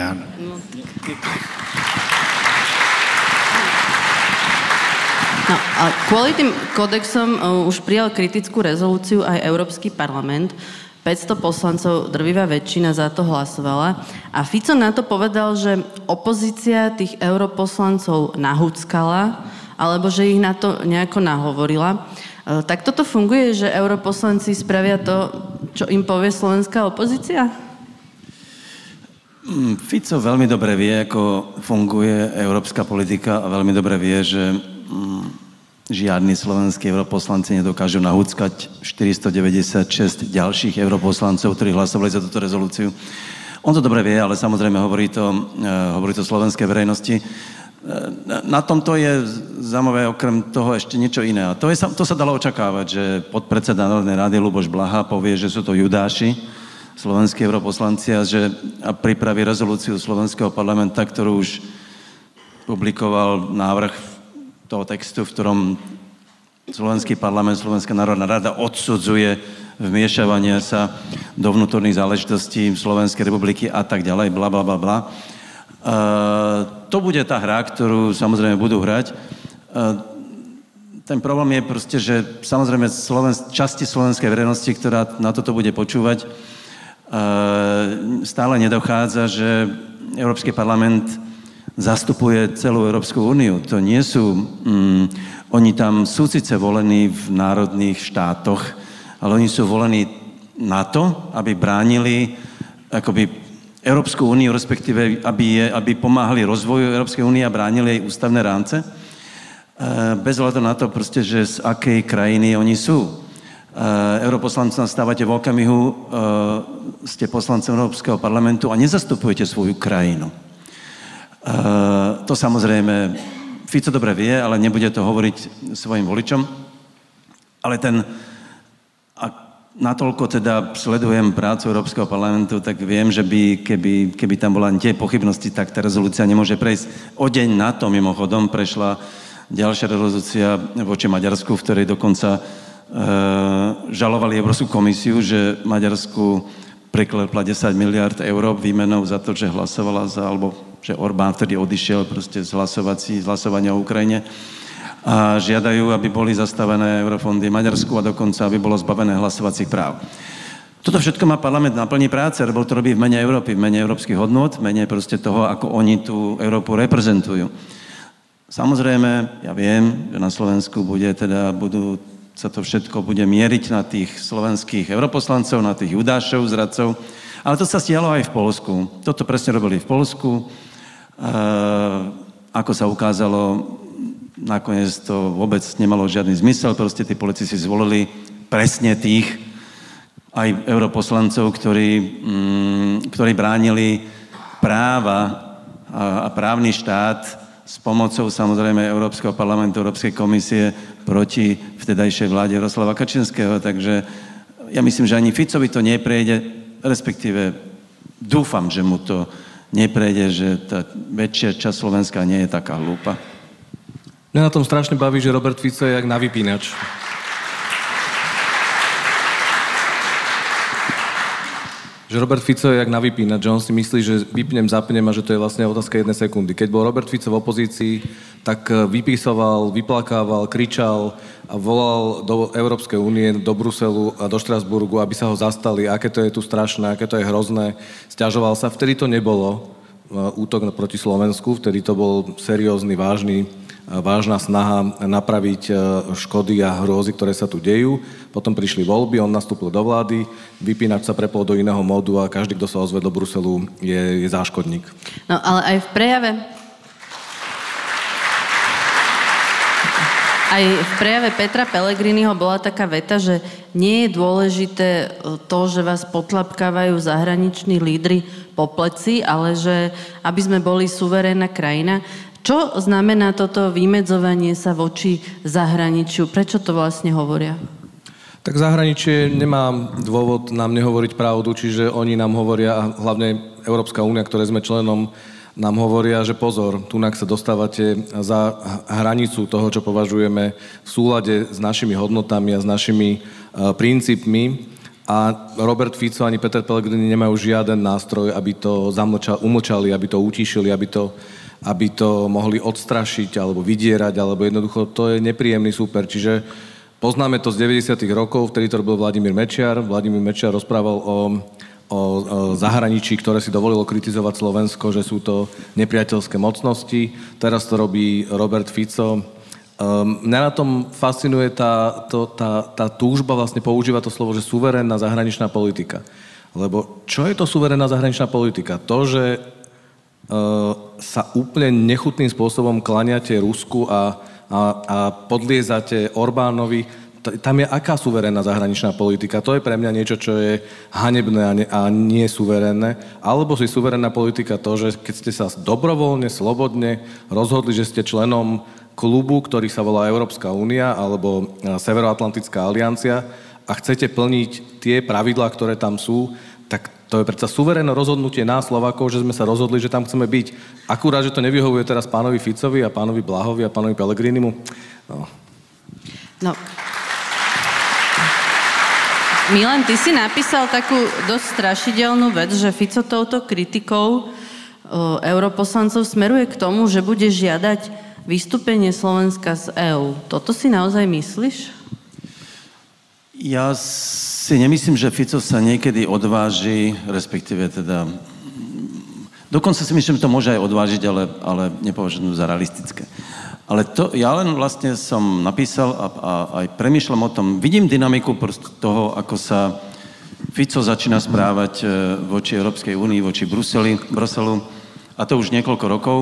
No, a kvôli tým kódexom už prijal kritickú rezolúciu aj Európsky parlament. 500 poslancov, drvivá väčšina za to hlasovala. A Fico na to povedal, že opozícia tých europoslancov nahúckala, alebo že ich na to nejako nahovorila. Tak toto funguje, že europoslanci spravia to, čo im povie slovenská opozícia? Fico veľmi dobre vie, ako funguje európska politika a veľmi dobre vie, že žiadni slovenskí europoslanci nedokážu nahúckať 496 ďalších europoslancov, ktorí hlasovali za túto rezolúciu. On to dobre vie, ale samozrejme hovorí to slovenskej verejnosti. Na tomto je zaujímavé okrem toho ešte niečo iné. A to sa dalo očakávať, že podpredseda Národnej rady Ľuboš Blaha povie, že sú to judáši, slovenskí europoslanci a že pripraví rezolúciu slovenského parlamenta, ktorú už publikoval návrh toho textu, v ktorom slovenský parlament, Slovenská národná rada odsudzuje vmiešavanie sa do vnútorných záležitostí Slovenskej republiky a tak ďalej, bla, bla, bla, bla. To bude tá hra, ktorú samozrejme budú hrať. Ten problém je proste, že samozrejme časti slovenskej verejnosti, ktorá na toto bude počúvať, stále nedochádza, že Európsky parlament zastupuje celú Európsku úniu. To nie sú... oni tam sú síce volení v národných štátoch, ale oni sú volení na to, aby bránili akoby Európsku úniu, respektíve aby pomáhali rozvoju Európskej únie a bránili jej ústavné rámce. Bez ohľadu na to proste, že z akej krajiny oni sú. Europoslancom stávate v okamihu, ste poslancom Európskeho parlamentu a nezastupujete svoju krajinu. To samozrejme Fico dobre vie, ale nebude to hovoriť svojim voličom. Ale natoľko teda sledujem prácu Európskeho parlamentu, tak viem, že keby tam bola tie pochybnosti, tak tá rezolúcia nemôže prejsť. O deň na to mimochodom prešla ďalšia rezolúcia voči Maďarsku, v ktorej dokonca žalovali Európsku komisiu, že Maďarsku preklepla 10 miliard eur výmenou za to, že hlasovala alebo že Orbán vtedy odišiel proste z hlasovania o Ukrajine a žiadajú, aby boli zastavené eurofondy Maďarsku a dokonca, aby bolo zbavené hlasovacích práv. Toto všetko má parlament na plní práce, lebo to robí v mene Európy, v mene európskych hodnôt, v mene proste toho, ako oni tú Európu reprezentujú. Samozrejme, ja viem, že na Slovensku sa to všetko bude mieriť na tých slovenských europoslancov, na tých judášov, zradcov, ale to sa stialo aj v Poľsku. Toto presne robili v Poľsku. Ako sa ukázalo, nakoniec to vôbec nemalo žiadny zmysel, proste tí politici zvolili presne tých aj europoslancov, ktorí bránili práva a právny štát s pomocou samozrejme Európskeho parlamentu, Európskej komisie proti vtedajšej vláde Jaroslava Kačinského. Takže ja myslím, že ani Ficovi to neprejde, respektíve dúfam, že mu to neprejde, že tá väčšia časť Slovenska nie je taká hlúpa. Mňa na tom strašne baví, že Robert Fico je jak na vypínač. Že Robert Fico je jak na vypínač, že on si myslí, že vypnem, zapnem a že to je vlastne otázka 1 sekundy. Keď bol Robert Fico v opozícii, tak vypísoval, vyplakával, kričal a volal do Európskej únie, do Bruselu a do Štrasburgu, aby sa ho zastali, aké to je tu strašné, aké to je hrozné. Sťažoval sa. Vtedy to nebolo útok proti Slovensku, vtedy to bol seriózny, vážna snaha napraviť škody a hrôzy, ktoré sa tu dejú. Potom prišli voľby, on nastúpil do vlády, vypínač sa prepol do iného módu a každý, kto sa ozve do Bruselu, je záškodník. No ale aj v prejave Petra Pellegriniho bola taká veta, že nie je dôležité to, že vás potlapkávajú zahraniční lídri po pleci, ale že aby sme boli suverénna krajina. Čo znamená toto vymedzovanie sa voči zahraničiu? Prečo to vlastne hovoria? Tak zahraničie nemá dôvod nám nehovoriť pravdu, čiže oni nám hovoria, a hlavne Európska únia, ktoré sme členom, nám hovoria, že pozor, tunak sa dostávate za hranicu toho, čo považujeme v súlade s našimi hodnotami a s našimi princípmi. A Robert Fico ani Peter Pellegrini nemajú žiaden nástroj, aby to umlčali, aby to utíšili, aby to mohli odstrašiť alebo vydierať, alebo jednoducho to je nepríjemný súper. Čiže poznáme to z 90. rokov, vtedy to robil Vladimír Mečiar. Vladimír Mečiar rozprával o zahraničí, ktoré si dovolilo kritizovať Slovensko, že sú to nepriateľské mocnosti. Teraz to robí Robert Fico. Mňa na tom fascinuje tá túžba vlastne používa to slovo, že suverénna zahraničná politika. Lebo čo je to suverénna zahraničná politika? To, že sa úplne nechutným spôsobom klaniate Rusku a podliezate Orbánovi. Tam je aká suverénna zahraničná politika? To je pre mňa niečo, čo je hanebné a nie suverénne. Alebo si suverénna politika to, že keď ste sa dobrovoľne, slobodne rozhodli, že ste členom klubu, ktorý sa volá Európska únia alebo Severoatlantická aliancia a chcete plniť tie pravidlá, ktoré tam sú, tak to je predsa suverénne rozhodnutie nás, Slovákov, že sme sa rozhodli, že tam chceme byť. Akurát, že to nevyhovuje teraz pánovi Ficovi a pánovi Blahovi a pánovi Pellegrinimu. No. Milan, ty si napísal takú dosť strašidelnú vec, že Fico touto kritikou europoslancov smeruje k tomu, že bude žiadať vystúpenie Slovenska z EÚ. Toto si naozaj myslíš? Ja si nemyslím, že Fico sa niekedy odváži, respektíve teda Dokonca si myslím, že to môže aj odvážiť, ale nepovažujem za realistické. Ale to ja len vlastne som napísal a aj premýšľam o tom. Vidím dynamiku toho, ako sa Fico začína správať voči Európskej únii, voči Bruselu, a to už niekoľko rokov.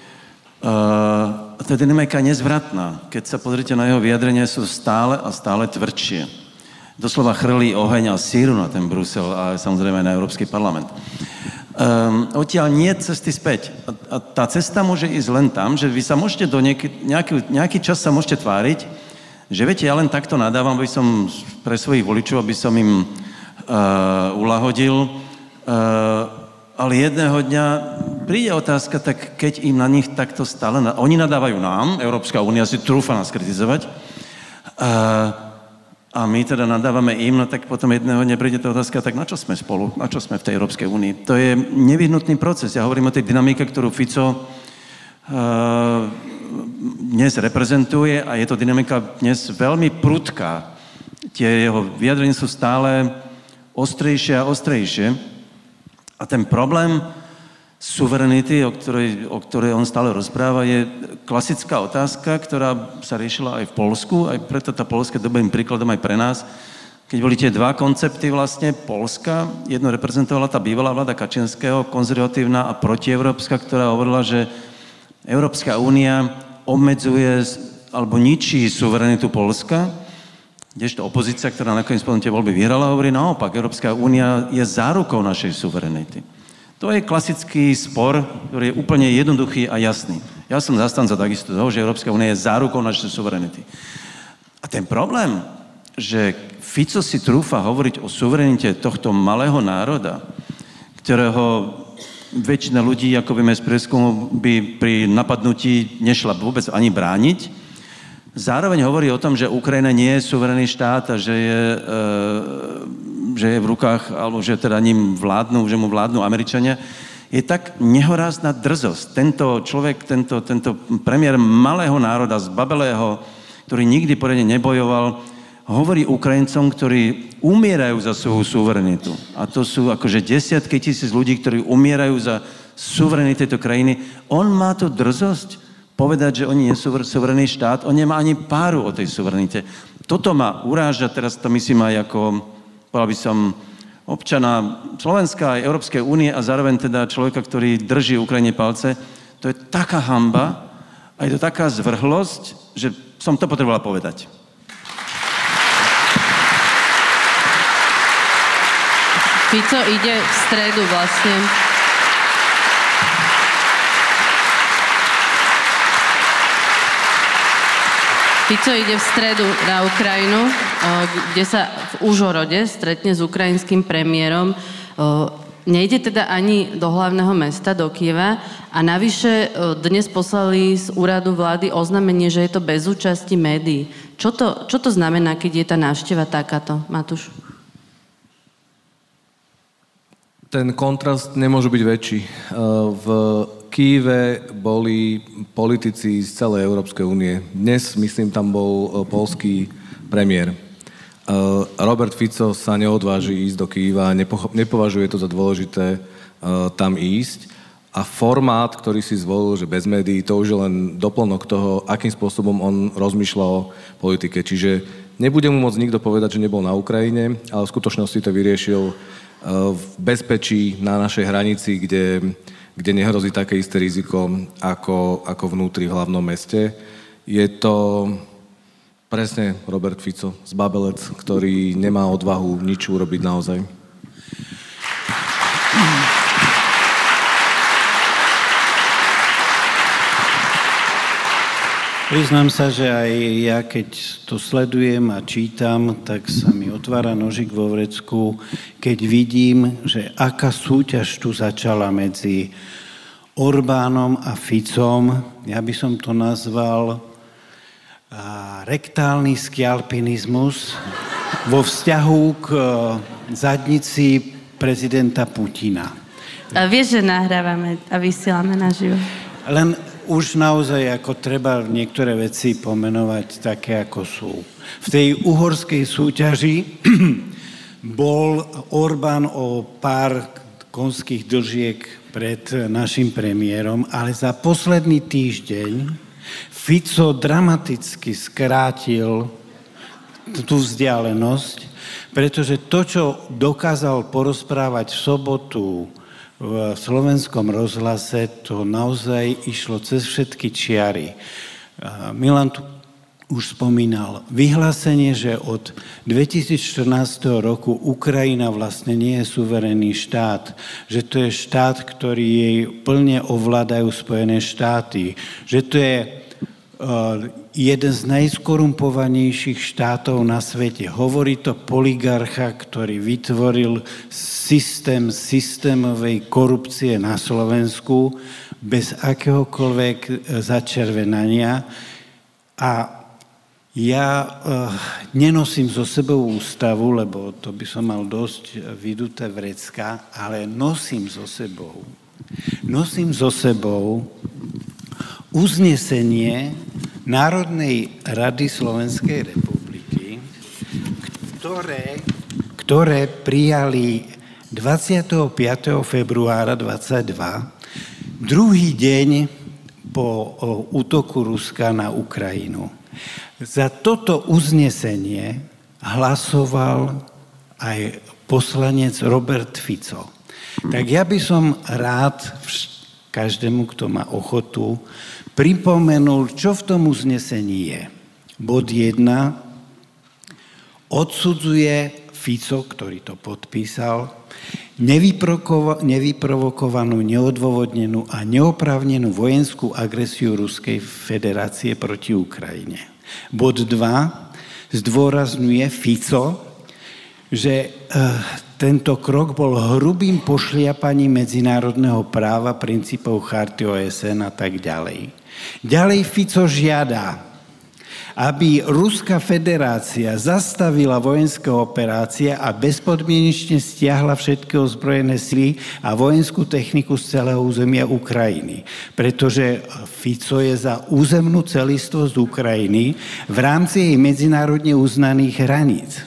Tá dynamika je nezvratná. Keď sa pozrite na jeho vyjadrenia, sú stále a stále tvrdšie. Doslova chrlí oheň a síru na ten Brusel a samozrejme na Európsky parlament. Odtiaľ nie cesty späť. A tá cesta môže ísť len tam, že vy sa môžete nejaký čas sa môžete tváriť, že viete, ja len takto nadávam, aby som pre svojich voličov, aby som im ulahodil, ale jedného dňa príde otázka, tak keď im na nich takto stále... Oni nadávajú nám, Európska únia si trúfa nás kritizovať, a my teda nadávame im, no tak potom jedného dňa príde tá otázka, tak na čo sme spolu, na čo sme v tej Európskej únii? To je nevyhnutný proces. Ja hovorím o tej dynamike, ktorú Fico dnes reprezentuje a je to dynamika dnes veľmi prudká. Tie jeho vyjadrenia sú stále ostrejšie a ostrejšie. A ten problém suverenity, o ktorej on stále rozpráva, je klasická otázka, ktorá sa riešila aj v Poľsku, aj preto tá Poľska je dobrým príkladom aj pre nás. Keď boli tie dva koncepty vlastne Poľska, jedno reprezentovala tá bývalá vláda Kačinského, konzervatívna a protieurópska, ktorá hovorila, že Európska únia obmedzuje alebo ničí suverenitu Poľska, kdežto opozícia, ktorá nakoniec potom tie voľby vyhrala, hovorí naopak, Európska únia je zárukou našej suverenity. To je klasický spor, ktorý je úplne jednoduchý a jasný. Ja som zastanca takisto toho, že Európska únia je zárukou našej suverenity. A ten problém, že Fico si trúfa hovoriť o suverenite tohto malého národa, ktorého väčšina ľudí, ako vieme z prieskumu, by pri napadnutí nešla vôbec ani brániť. Zároveň hovorí o tom, že Ukrajina nie je suverený štát a že je v rukách, alebo že teda ním vládnu, že mu vládnu Američania, je tak nehorázna drzosť. Tento človek, tento premiér malého národa, zbabelého, ktorý nikdy poriadne nebojoval, hovorí Ukrajincom, ktorí umierajú za svoju suverenitu. A to sú akože desiatky tisíc ľudí, ktorí umierajú za suverenitu tejto krajiny. On má tu drzosť povedať, že oni nie sú suverený štát, on nemá ani páru o tej suverenite. Toto ma uráža, teraz to myslím aj ako, povedal by som, občana Slovenska aj Európskej únie a zároveň teda človeka, ktorý drží Ukrajine palce. To je taká hanba a je to taká zvrhlosť, že som to potrebovala povedať. Fico ide v stredu vlastne. Fico ide v stredu na Ukrajinu, kde sa v Užhorode stretne s ukrajinským premiérom. Nejde teda ani do hlavného mesta, do Kyjeva, a navyše dnes poslali z úradu vlády oznámenie, že je to bez účasti médií. Čo to znamená, keď je tá návšteva takáto, Matúš? Ten kontrast nemôže byť väčší. V Kyjeve boli politici z celej Európskej únie. Dnes, myslím, tam bol poľský premiér. Robert Fico sa neodváži ísť do Kyjeva, nepovažuje to za dôležité tam ísť. A formát, ktorý si zvolil, že bez médií, to už je len doplnok toho, akým spôsobom on rozmýšľa o politike. Čiže nebude mu môcť nikto povedať, že nebol na Ukrajine, ale v skutočnosti to vyriešil v bezpečí na našej hranici, kde nehrozí také isté riziko ako vnútri v hlavnom meste. Je to presne Robert Fico, zbabelec, ktorý nemá odvahu nič urobiť naozaj. Priznám sa, že aj ja, keď to sledujem a čítam, tak sa mi otvára nožik vo vrecku, keď vidím, že aká súťaž tu začala medzi Orbánom a Ficom. Ja by som to nazval rektálny skialpinizmus vo vzťahu k zadnici prezidenta Putina. A vieš, že nahrávame a vysielame naživo. Len už naozaj ako treba niektoré veci pomenovať také, ako sú. V tej uhorskej súťaži bol Orbán o pár konských držiek pred našim premiérom, ale za posledný týždeň Fico dramaticky skrátil tú vzdialenosť, pretože to, čo dokázal porozprávať v sobotu v Slovenskom rozhlase, to naozaj išlo cez všetky čiary. Milan tu už spomínal vyhlásenie, že od 2014 roku Ukrajina vlastne nie je suverénny štát, že to je štát, ktorý jej plne ovládajú Spojené štáty, že to je jeden z najskorumpovanejších štátov na svete. Hovorí to oligarcha, ktorý vytvoril systém systémovej korupcie na Slovensku bez akéhokoľvek začervenania. A ja nenosím so sebou ústavu, lebo to by som mal dosť vyduté vrecka, ale nosím so sebou uznesenie Národnej rady Slovenskej republiky, ktoré prijali 25. februára 2022, druhý deň po útoku Ruska na Ukrajinu. Za toto uznesenie hlasoval aj poslanec Robert Fico. Tak ja by som rád každému, kto má ochotu, pripomenul, čo v tom uznesení je. Bod 1. Odsudzuje Fico, ktorý to podpísal, nevyprovokovanú, neodôvodnenú a neoprávnenú vojenskú agresiu Ruskej federácie proti Ukrajine. Bod 2. Zdôrazňuje Fico, že tento krok bol hrubým pošliapaním medzinárodného práva, princípov charty OSN a tak ďalej. Ďalej Fico žiada, aby Ruská federácia zastavila vojenské operácie a bezpodmienečne stiahla všetky ozbrojené sily a vojenskú techniku z celého územia Ukrajiny. Pretože Fico je za územnú celistvosť Ukrajiny v rámci jej medzinárodne uznaných hraníc.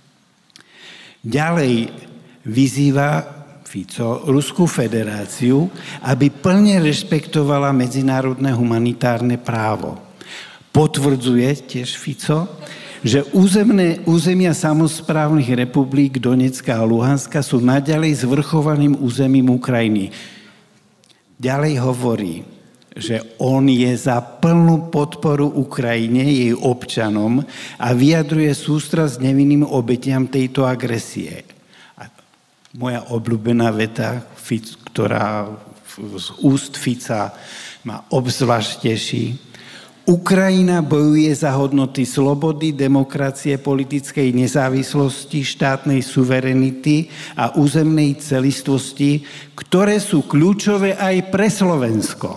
Ďalej vyzýva Fico Ruskú federáciu, aby plne rešpektovala medzinárodné humanitárne právo. Potvrdzuje tiež Fico, že územia samosprávnych republik Donecka a Luhanska sú naďalej zvrchovaným územím Ukrajiny. Ďalej hovorí, že on je za plnú podporu Ukrajine, jej občanom a vyjadruje sústrasť nevinným obetiam tejto agresie. A moja obľúbená veta, ktorá z úst Fica ma obzvlášť teší. Ukrajina bojuje za hodnoty slobody, demokracie, politickej nezávislosti, štátnej suverenity a územnej celistvosti, ktoré sú kľúčové aj pre Slovensko.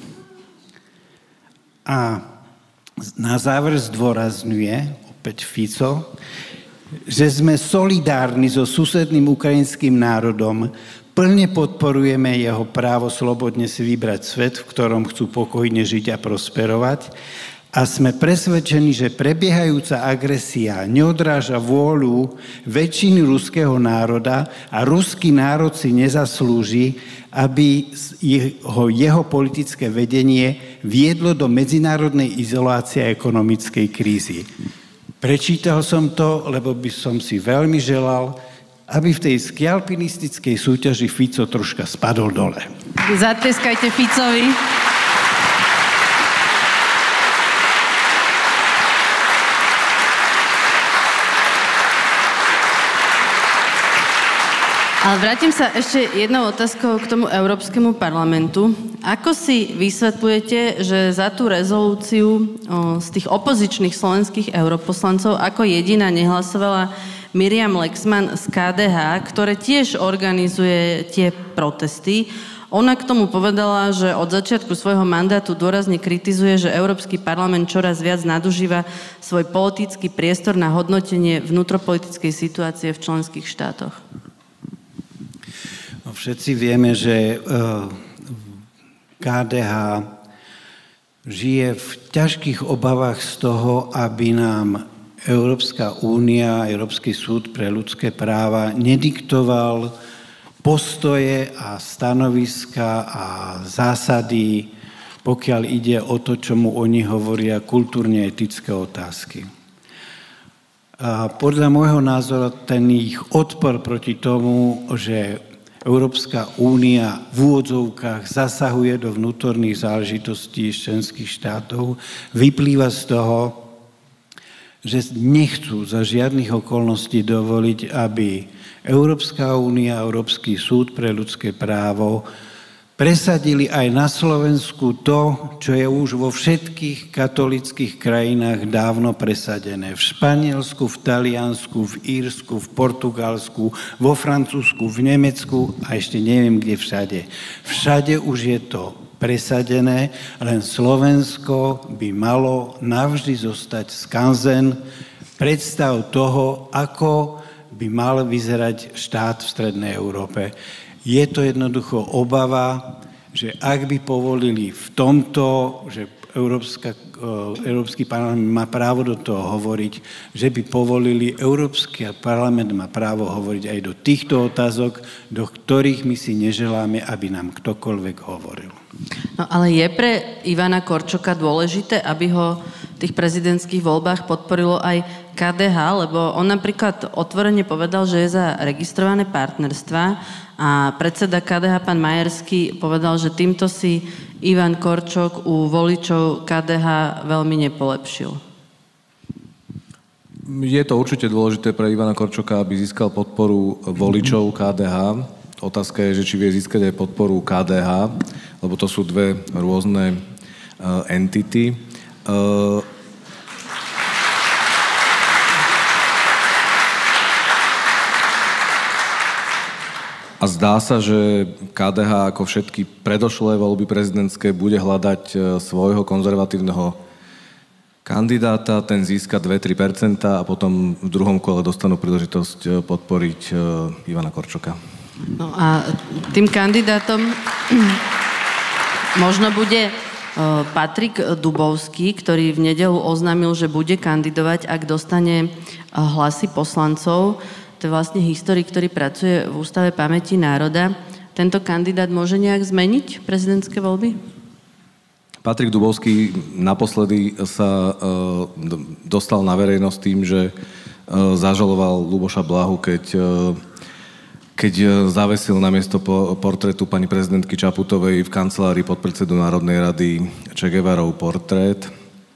A na záver zdôrazňuje opäť Fico, že sme solidárni so susedným ukrajinským národom, plne podporujeme jeho právo slobodne si vybrať svet, v ktorom chcú pokojne žiť a prosperovať a sme presvedčení, že prebiehajúca agresia neodráža vôľu väčšiny ruského národa a ruský národ si nezaslúži, aby jeho politické vedenie viedlo do medzinárodnej izolácie a ekonomickej krízy. Prečítal som to, lebo by som si veľmi želal, aby v tej skialpinistickej súťaži Fico troška spadol dole. Zatlieskajte Ficovi. Ale vrátim sa ešte jednou otázkou k tomu Európskemu parlamentu. Ako si vysvetľujete, že za tú rezolúciu z tých opozičných slovenských europoslancov ako jediná nehlasovala Miriam Lexman z KDH, ktoré tiež organizuje tie protesty? Ona k tomu povedala, že od začiatku svojho mandátu dôrazne kritizuje, že Európsky parlament čoraz viac nadužíva svoj politický priestor na hodnotenie vnútropolitickej situácie v členských štátoch. No, všetci vieme, že KDH žije v ťažkých obavách z toho, aby nám Európska únia, Európsky súd pre ľudské práva nediktoval postoje a stanoviska a zásady, pokiaľ ide o to, čomu oni hovoria kultúrne-etické otázky. A podľa môjho názoru ten ich odpor proti tomu, že Európska únia v úvodzovkách zasahuje do vnútorných záležitostí členských štátov, vyplýva z toho, že nechcú za žiadnych okolností dovoliť, aby Európska únia a Európsky súd pre ľudské právo presadili aj na Slovensku to, čo je už vo všetkých katolických krajinách dávno presadené. V Španielsku, v Taliansku, v Írsku, v Portugalsku, vo Francúzsku, v Nemecku a ešte neviem kde všade. Všade už je to presadené, len Slovensko by malo navždy zostať skanzen predstav toho, ako by mal vyzerať štát v Strednej Európe. Je to jednoducho obava, že ak by povolili v tomto, že Európsky parlament má právo do toho hovoriť, že by povolili, Európsky parlament má právo hovoriť aj do týchto otázok, do ktorých my si neželáme, aby nám ktokoľvek hovoril. No ale je pre Ivana Korčoka dôležité, aby ho v tých prezidentských voľbách podporilo aj KDH, lebo on napríklad otvorene povedal, že je za registrované partnerstvá a predseda KDH, pán Majerský, povedal, že týmto si Ivan Korčok u voličov KDH veľmi nepolepšil. Je to určite dôležité pre Ivana Korčoka, aby získal podporu voličov KDH. Otázka je, že či vie získať aj podporu KDH, lebo to sú dve rôzne entity. A zdá sa, že KDH ako všetky predošlé voľby prezidentské bude hľadať svojho konzervatívneho kandidáta, ten získa 2-3% a potom v druhom kole dostanú príležitosť podporiť Ivana Korčoka. No a tým kandidátom možno bude Patrik Dubovský, ktorý v nedeľu oznámil, že bude kandidovať, ak dostane hlasy poslancov. To je vlastne historik, ktorý pracuje v Ústave pamäti národa. Tento kandidát môže nejak zmeniť prezidentské voľby? Patrik Dubovský naposledy sa dostal na verejnosť tým, že zažaloval Ľuboša Blahu, keď zavesil na miesto portrétu pani prezidentky Čaputovej v kancelárii podpredsedu Národnej rady Che Guevarov portrét,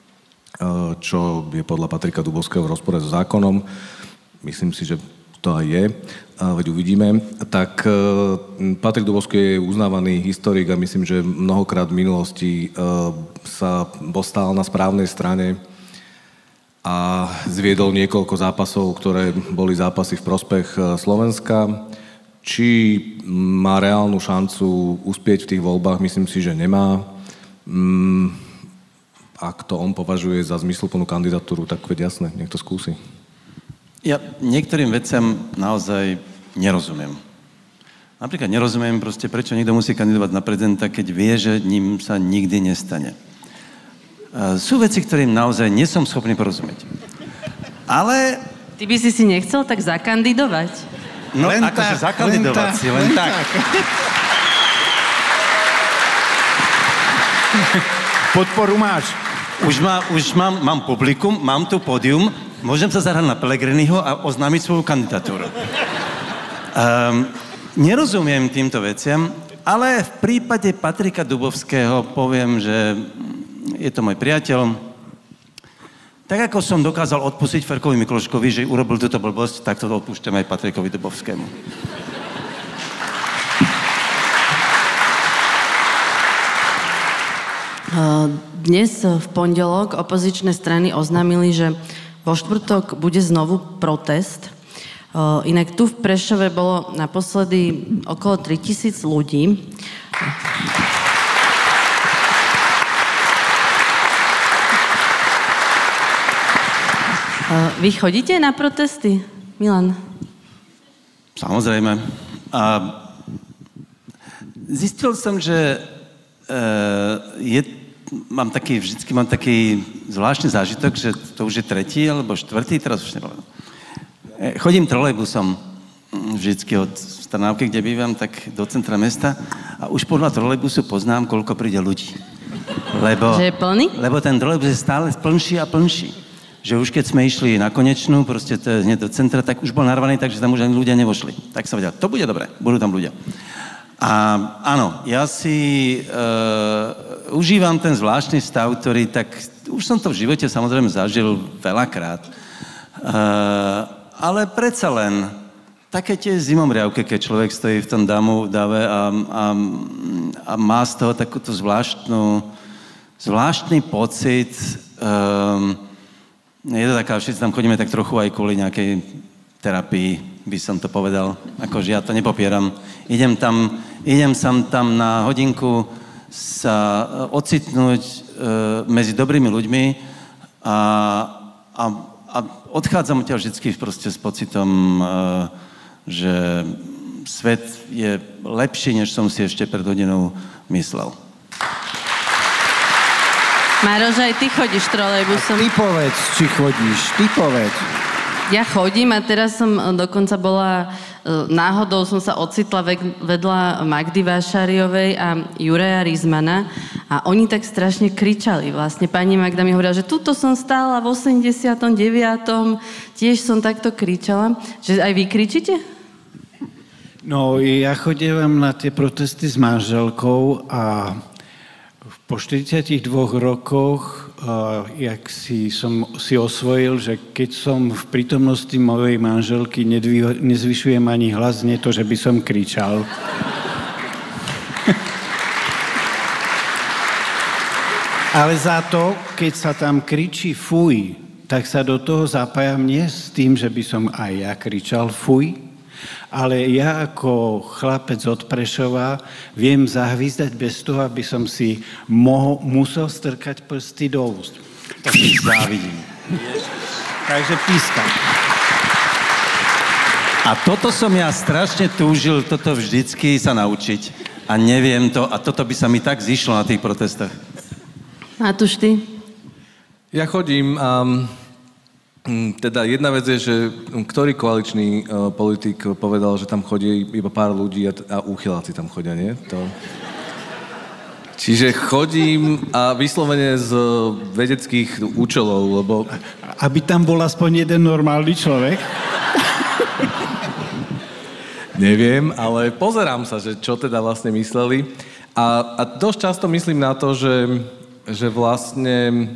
čo je podľa Patrika Dubovského v rozpore so zákonom. Myslím si, že to aj je, veď uvidíme. Tak Patrik Dubovský je uznávaný historik a myslím, že mnohokrát v minulosti sa stál na správnej strane a zviedol niekoľko zápasov, ktoré boli zápasy v prospech Slovenska. Či má reálnu šancu uspieť v tých voľbách, myslím si, že nemá. Ak to on považuje za zmysluplnú kandidatúru, tak veď jasné, nech to skúsi. Ja niektorým veciam naozaj nerozumiem. Napríklad nerozumiem proste, prečo niekto musí kandidovať na prezidenta, keď vie, že ním sa nikdy nestane. Sú veci, ktorým naozaj nie som schopný porozumieť. Ale... Ty by si nechcel tak zakandidovať? No, akože zakandidovať si, len tak. Podporu máš. Už mám publikum, mám tu pódium, môžem sa zahrať na Pellegriniho a oznámiť svoju kandidatúru. Nerozumiem týmto veciam, ale v prípade Patrika Dubovského poviem, že je to môj priateľ. Tak ako som dokázal odpustiť Ferkovi Mikloškovi, že urobil túto blbosť, tak to odpúšťam aj Patrikovi Dubovskému. Dnes v pondelok opozičné strany oznámili, že vo štvrtok bude znovu protest. Inak tu v Prešove bolo naposledy okolo 3000 ľudí. Vy chodíte na protesty, Milan? Samozrejme. A zistil som, že vždycky mám taký zvláštny zážitok, že to už je tretí alebo štvrtý, teraz už neviem. Chodím trolejbusom vždycky od Trnávke, kde bývam, tak do centra mesta a už podľa trolejbusu poznám, koľko príde ľudí. Že je plný? Lebo ten trolejbus je stále plnší a plnší. Že už keď sme išli na Konečnú, proste to je hneď do centra, tak už bol narvaný, takže tam už ani ľudia nevošli. Tak sa vedel, to bude dobre, budú tam ľudia. A áno, ja si užívam ten zvláštny stav, ktorý tak, už som to v živote samozrejme zažil veľakrát, ale predsa len také tie zimomriavky, keď človek stojí v tom dave a má z toho takúto zvláštny pocit, je to taká, všetci tam chodíme tak trochu aj kvôli nejakej terapii, by som to povedal, akože ja to nepopieram. Idem tam na hodinku sa ocitnúť medzi dobrými ľuďmi a odchádzam odtiaľ vždycky proste s pocitom, že svet je lepší, než som si ešte pred hodinou myslel. Maroš, aj ty chodíš trolejbusom. Ty povedz, či chodíš, ty povedz. Ja chodím a teraz som dokonca bola, náhodou som sa ocitla vedľa Magdy Vášariovej a Juraja Rizmana a oni tak strašne kričali. Vlastne pani Magda mi hovorila, že tuto som stála v 89. Tiež som takto kričala. Že aj vy kričíte? No, ja chodievam na tie protesty s manželkou a po 42 rokoch, jak som si osvojil, že keď som v prítomnosti mojej manželky, nezvyšujem ani hlas, nie to, že by som kričal. Ale za to, keď sa tam kričí fuj, tak sa do toho zapájam nie s tým, že by som aj ja kričal fuj, ale ja ako chlapec od Prešova viem zahvízdať bez toho, aby som si musel strkať prsty do úst. To si závidím. Takže pískam. A toto som ja strašne túžil, toto vždycky sa naučiť. A neviem to, a toto by sa mi tak zišlo na tých protestách. Matúš, ty? Ja chodím a teda jedna vec je, že ktorý koaličný politik povedal, že tam chodí iba pár ľudí a úchyláci tam chodia, nie? Čiže chodím a vyslovene z vedeckých účelov, lebo... Aby tam bol aspoň jeden normálny človek? Neviem, ale pozerám sa, že čo teda vlastne mysleli. A dosť často myslím na to, že vlastne...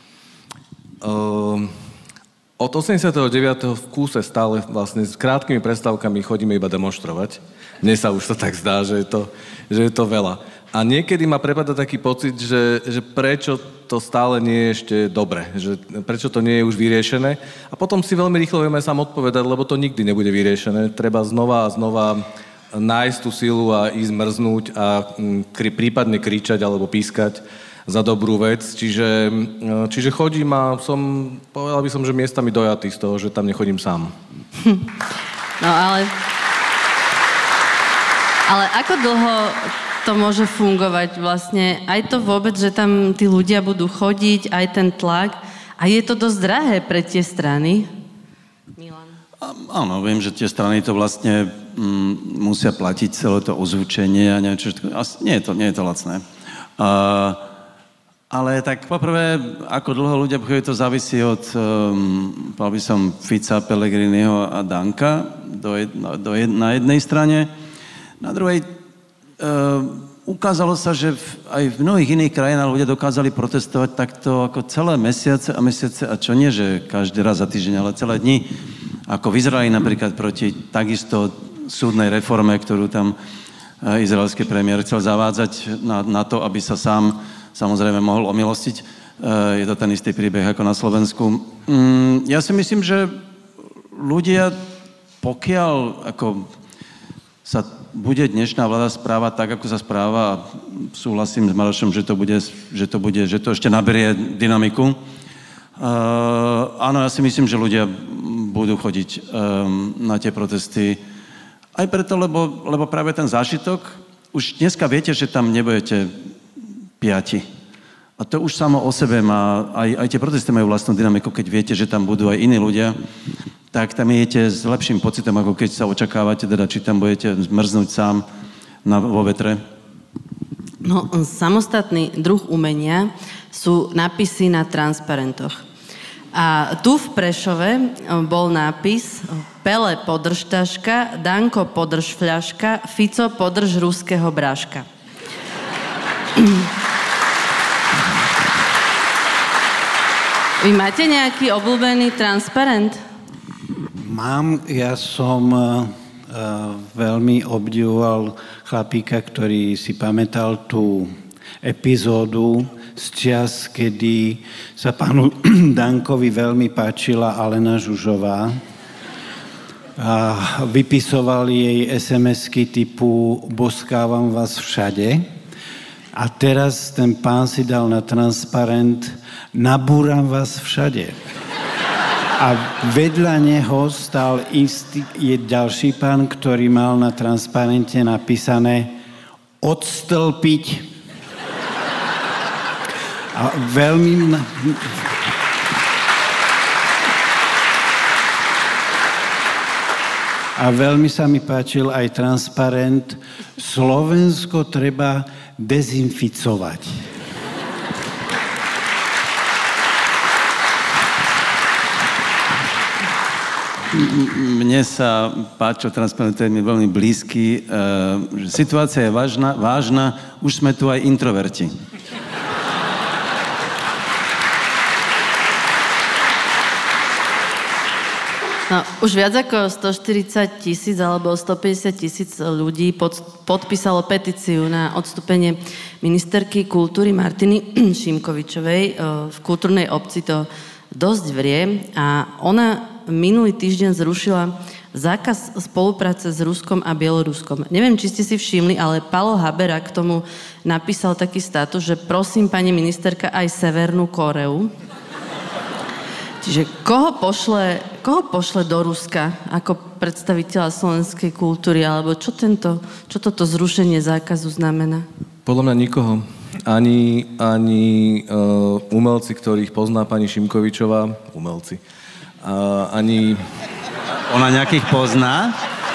Od 89. v kúse stále vlastne s krátkými prestávkami chodíme iba demonštrovať. Mne sa už to tak zdá, že je to veľa. A niekedy ma prepadá taký pocit, že prečo to stále nie je ešte dobre, že prečo to nie je už vyriešené. A potom si veľmi rýchlo vieme sám odpovedať, lebo to nikdy nebude vyriešené. Treba znova a znova nájsť tú silu a ísť mrznúť a prípadne kričať alebo pískať za dobrú vec. Čiže chodím a povedal by som, že miestami dojatý z toho, že tam nechodím sám. No ale ako dlho to môže fungovať vlastne? Aj to vôbec, že tam tí ľudia budú chodiť, aj ten tlak. A je to dosť drahé pre tie strany? Milan. Áno, viem, že tie strany to vlastne musia platiť celé to ozvučenie a niečo. Nie je to lacné. Ale tak poprvé, ako dlho ľudia chodí, to závisí od, povedal by som, Fica, Pellegriniho a Danka na jednej strane. Na druhej ukázalo sa, že aj v mnohých iných krajinách ľudia dokázali protestovať takto ako celé mesiace a čo nie, že každý raz za týždeň, ale celé dni. Ako v Izraeli napríklad proti takisto súdnej reforme, ktorú tam izraelský premiér chcel zavádzať na to, aby sa sám samozrejme mohol omilostiť. Je to ten istý príbeh ako na Slovensku. Ja si myslím, že ľudia, pokiaľ ako sa bude dnešná vláda správať tak, ako sa správa, a súhlasím s Marošom, že to ešte naberie dynamiku. Áno, ja si myslím, že ľudia budú chodiť na tie protesty aj preto, lebo práve ten zážitok, už dneska viete, že tam nebudete 5. A to už samo o sebe má, aj tie protesty majú vlastnú dynamiku, keď viete, že tam budú aj iní ľudia. tak tam idete s lepším pocitom, ako keď sa očakávate, teda či tam budete zmrznúť sám vo vetre? No, samostatný druh umenia sú nápisy na transparentoch. A tu v Prešove bol nápis Pele podrž taška, Danko podrž fľaška, Fico podrž ruského bráška. Vy máte nejaký obľúbený transparent? Mám, ja som veľmi obdivoval chlapíka, ktorý si pamätal tú epizódu z čias, kedy sa pánu Dankovi veľmi páčila Alena Žužová a vypisovali jej SMS-ky typu boskávam vás všade a teraz ten pán si dal na transparent nabúram vás všade. A vedľa neho stal je ďalší pán, ktorý mal na transparente napísané odstĺpiť. A veľmi sa mi páčil aj transparent Slovensko treba dezinficovať. Mne sa páčil transparent, to je mi veľmi blízky. Situácia je vážna, už sme tu aj introverti. No, už viac ako 140 000 alebo 150 000 ľudí podpísalo petíciu na odstúpenie ministerky kultúry Martiny Šimkovičovej. V kultúrnej obci to dosť vrie a ona minulý týždeň zrušila zákaz spolupráce s Ruskom a Bieloruskom. Neviem, či ste si všimli, ale Paolo Habera k tomu napísal taký status, že prosím pani ministerka aj Severnú Koreu. Čiže koho pošle do Ruska ako predstaviteľa slovenskej kultúry, alebo čo toto zrušenie zákazu znamená? Podľa mňa nikoho. Ani umelci, ktorých pozná pani Šimkovičová, ani... Ona nejakých pozná?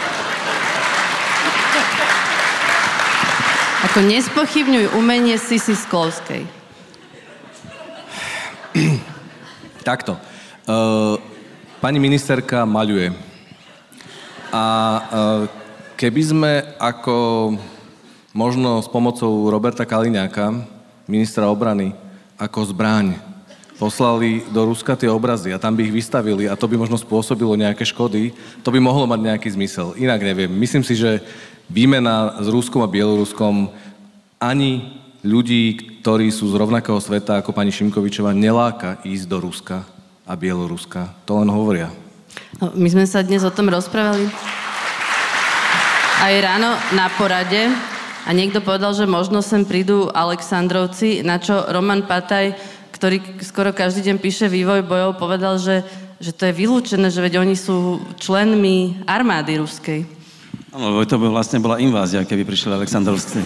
Ako nespochybňuj umenie Sisi Sklovskej. Takto. Pani ministerka maľuje. A keby sme ako možno s pomocou Roberta Kaliňáka, ministra obrany, ako zbraň poslali do Ruska tie obrazy a tam by ich vystavili a to by možno spôsobilo nejaké škody, to by mohlo mať nejaký zmysel. Inak neviem. Myslím si, že výmena s Ruskom a Bieloruskom ani ľudí, ktorí sú z rovnakého sveta ako pani Šimkovičová, neláka ísť do Ruska a Bieloruska. To len hovoria. No, my sme sa dnes o tom rozprávali aj ráno na porade a niekto povedal, že možno sem prídu Alexandrovci, na čo Roman Pataj, ktorý skoro každý deň píše vývoj bojov, povedal, že to je vylúčené, že veď oni sú členmi armády ruskej. Áno, to by vlastne bola invázia, keby prišli Alexandrovci.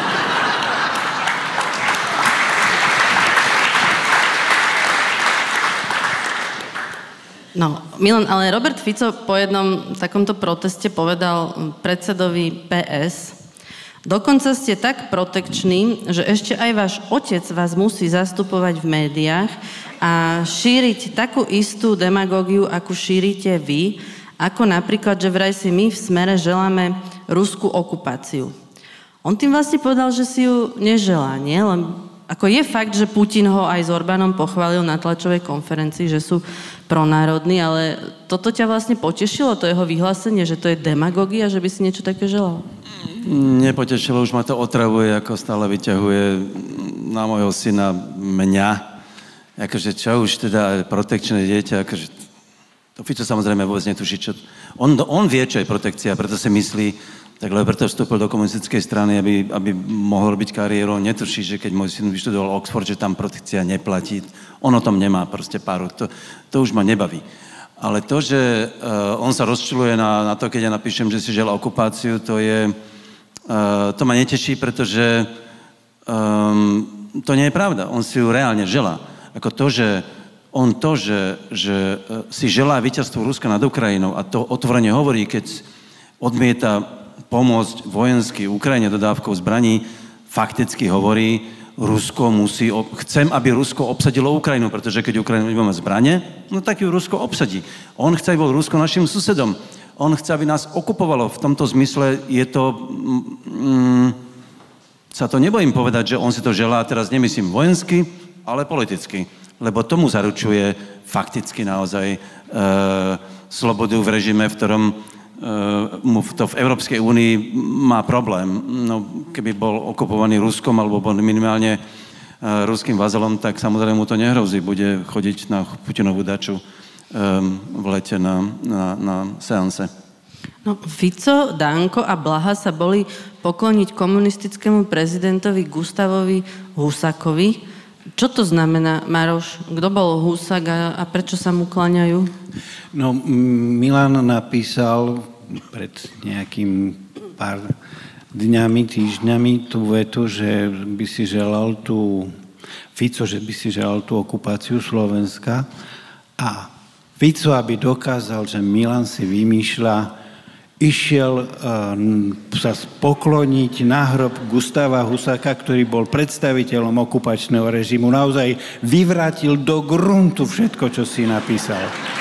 No, Milan, ale Robert Fico po jednom takomto proteste povedal predsedovi PS: dokonca ste tak protekční, že ešte aj váš otec vás musí zastupovať v médiách a šíriť takú istú demagógiu, akú šírite vy, ako napríklad, že vraj si my v Smere želáme ruskú okupáciu. On tým vlastne povedal, že si ju neželá, nie? Len ako je fakt, že Putin ho aj s Orbánom pochválil na tlačovej konferencii, že sú pronárodní, ale toto ťa vlastne potešilo, to jeho vyhlásenie, že to je demagógia, že by si niečo také želal? Nepotešilo, už ma to otravuje, ako stále vyťahuje na môjho syna mňa. Akože čo už teda protekčné dieťa, akože to Fico samozrejme vôbec netuší, čo... On vie, čo je protekcia, preto si myslí, tak lebo preto vstúpil do komunistickej strany, aby mohol robiť kariéru. Netuší, že keď môj syn vyštudoval Oxford, že tam protekcia neplatí. On o tom nemá proste páru. To už ma nebaví. Ale to, že on sa rozčuluje na to, keď ja napíšem, že si želá okupáciu, to ma neteší, pretože to nie je pravda. On si ju reálne želá. Ako to, že on to, že si želá víťazstvo Ruska nad Ukrajinou a to otvorene hovorí, keď odmieta pomôcť vojensky Ukrajine dodávkou zbraní, fakticky hovorí, chcem, aby Rusko obsadilo Ukrajinu, pretože keď Ukrajina nebude mať zbrane, no tak ju Rusko obsadí. On chce, aby bol Rusko našim susedom. On chce, aby nás okupovalo. V tomto zmysle je to... sa to nebojím povedať, že on si to želá, teraz nemyslím vojensky, ale politicky. Lebo tomu zaručuje fakticky naozaj slobodu v režime, v ktorom to v Európskej únii má problém. No, keby bol okupovaný Ruskom alebo bol minimálne ruským vazalom, tak samozrejme mu to nehrozí. Bude chodiť na Putinovú daču v lete na seanse. No, Fico, Danko a Blaha sa boli pokloniť komunistickému prezidentovi Gustavovi Husákovi. Čo to znamená, Maroš? Kto bol Husák a prečo sa mu kláňajú? No, Milan napísal pred nejakým pár dňami, týždňami tú vetu, že by si želal Fico, že by si želal tú okupáciu Slovenska a Fico, aby dokázal, že Milan si vymýšľa, išiel sa pokloniť na hrob Gustáva Husáka, ktorý bol predstaviteľom okupačného režimu. Naozaj vyvrátil do gruntu všetko, čo si napísal.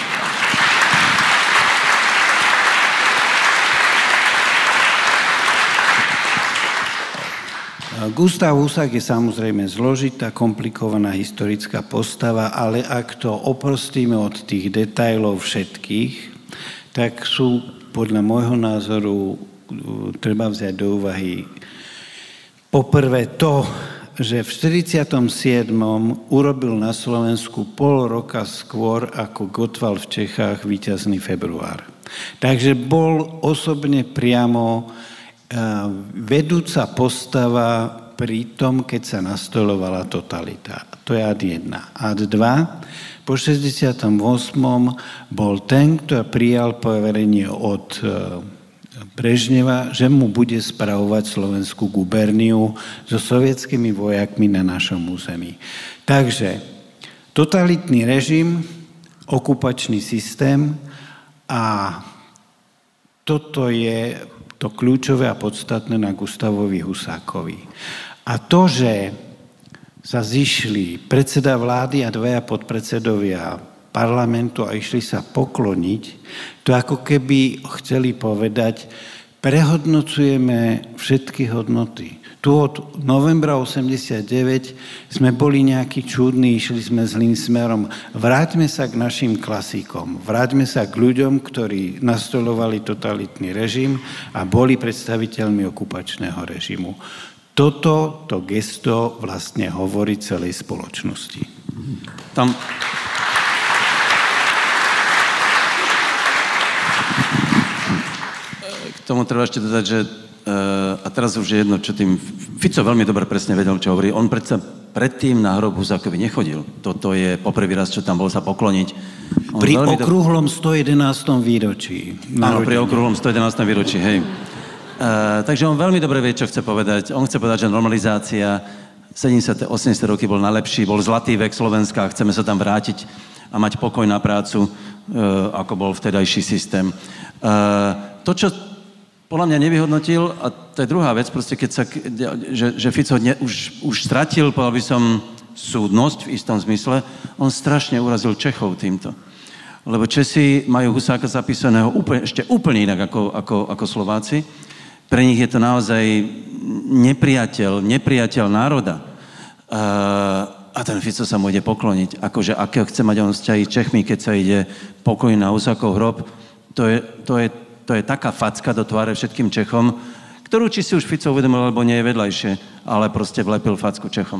Gustav Husák je samozrejme zložitá, komplikovaná historická postava, ale ak to oprostíme od tých detailov všetkých, tak sú podľa môjho názoru treba vziať do úvahy poprvé to, že v 47. urobil na Slovensku pol roka skôr ako Gottwald v Čechách víťazný február. Takže bol osobne priamo vedúca postava pri tom, keď sa nastolovala totalita. To je ad 1. Ad 2. Po 68. bol ten, kto prijal poverenie od Brežneva, že mu bude spravovať slovenskú guberniu so sovietskými vojakmi na našom území. Takže totalitný režim, okupačný systém a toto je to kľúčové a podstatné na Gustavovi Husákovi. A to, že sa zišli predseda vlády a dvaja podpredsedovia parlamentu a išli sa pokloniť, to ako keby chceli povedať, prehodnocujeme všetky hodnoty. Tu od novembra 89 sme boli nejakí čudní, išli sme zlým smerom. Vráťme sa k našim klasikom. Vráťme sa k ľuďom, ktorí nastolovali totalitný režim a boli predstaviteľmi okupačného režimu. Toto gesto vlastne hovorí celej spoločnosti. K tomu treba ešte dodať, že a teraz už je jedno, čo tým... Fico veľmi dobre presne vedel, čo hovorí. On predtým na hrob Husákovi nechodil. Toto je poprvý raz, čo tam bol sa pokloniť. Pri okrúhlom 111. výročí. Áno, pri okrúhlom 111. výročí, hej. Takže on veľmi dobre vie, čo chce povedať. On chce povedať, že normalizácia 70. 80. roky bol najlepší, bol zlatý vek Slovenska, chceme sa tam vrátiť a mať pokoj na prácu, ako bol vtedajší systém. To, čo podľa mňa nevyhodnotil, a to je druhá vec, proste keď že Fico už stratil, povedal by som, súdnosť v istom zmysle, on strašne urazil Čechov týmto. Lebo Česi majú Husáka zapísaného ešte úplne inak ako Slováci. Pre nich je to naozaj nepriateľ národa. A ten Fico sa mu ide pokloniť. Akože akého chce mať on vzťahy Čechmi, keď sa ide pokloniť na Husákov hrob, to je taká facka do tváre všetkým Čechom, ktorú či si už Fico uvedomil, alebo nie je vedľajšie, ale proste vlepil facku Čechom.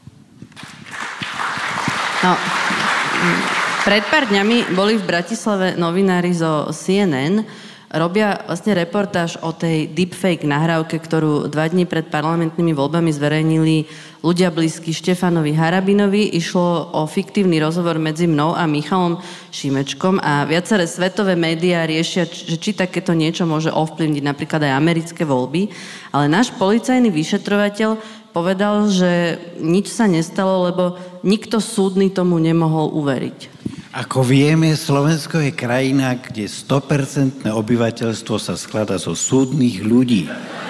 No, pred pár dňami boli v Bratislave novinári zo CNN, robia vlastne reportáž o tej deepfake nahrávke, ktorú 2 dní pred parlamentnými voľbami zverejnili ľudia blízky Štefanovi Harabinovi. Išlo o fiktívny rozhovor medzi mnou a Michalom Šimečkom a viaceré svetové médiá riešia, že či takéto niečo môže ovplyvniť napríklad aj americké voľby. Ale náš policajný vyšetrovateľ povedal, že nič sa nestalo, lebo nikto súdny tomu nemohol uveriť. Ako vieme, Slovensko je krajina, kde 100% obyvateľstvo sa skladá zo súdnych ľudí.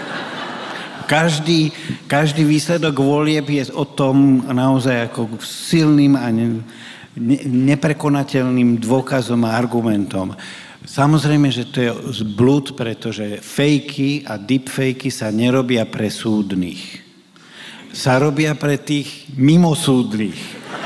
Každý výsledok volieb je o tom naozaj ako silným a neprekonateľným dôkazom a argumentom. Samozrejme, že to je blúd, pretože fejky a deepfejky sa nerobia pre súdnych. Sa robia pre tých mimosúdnych.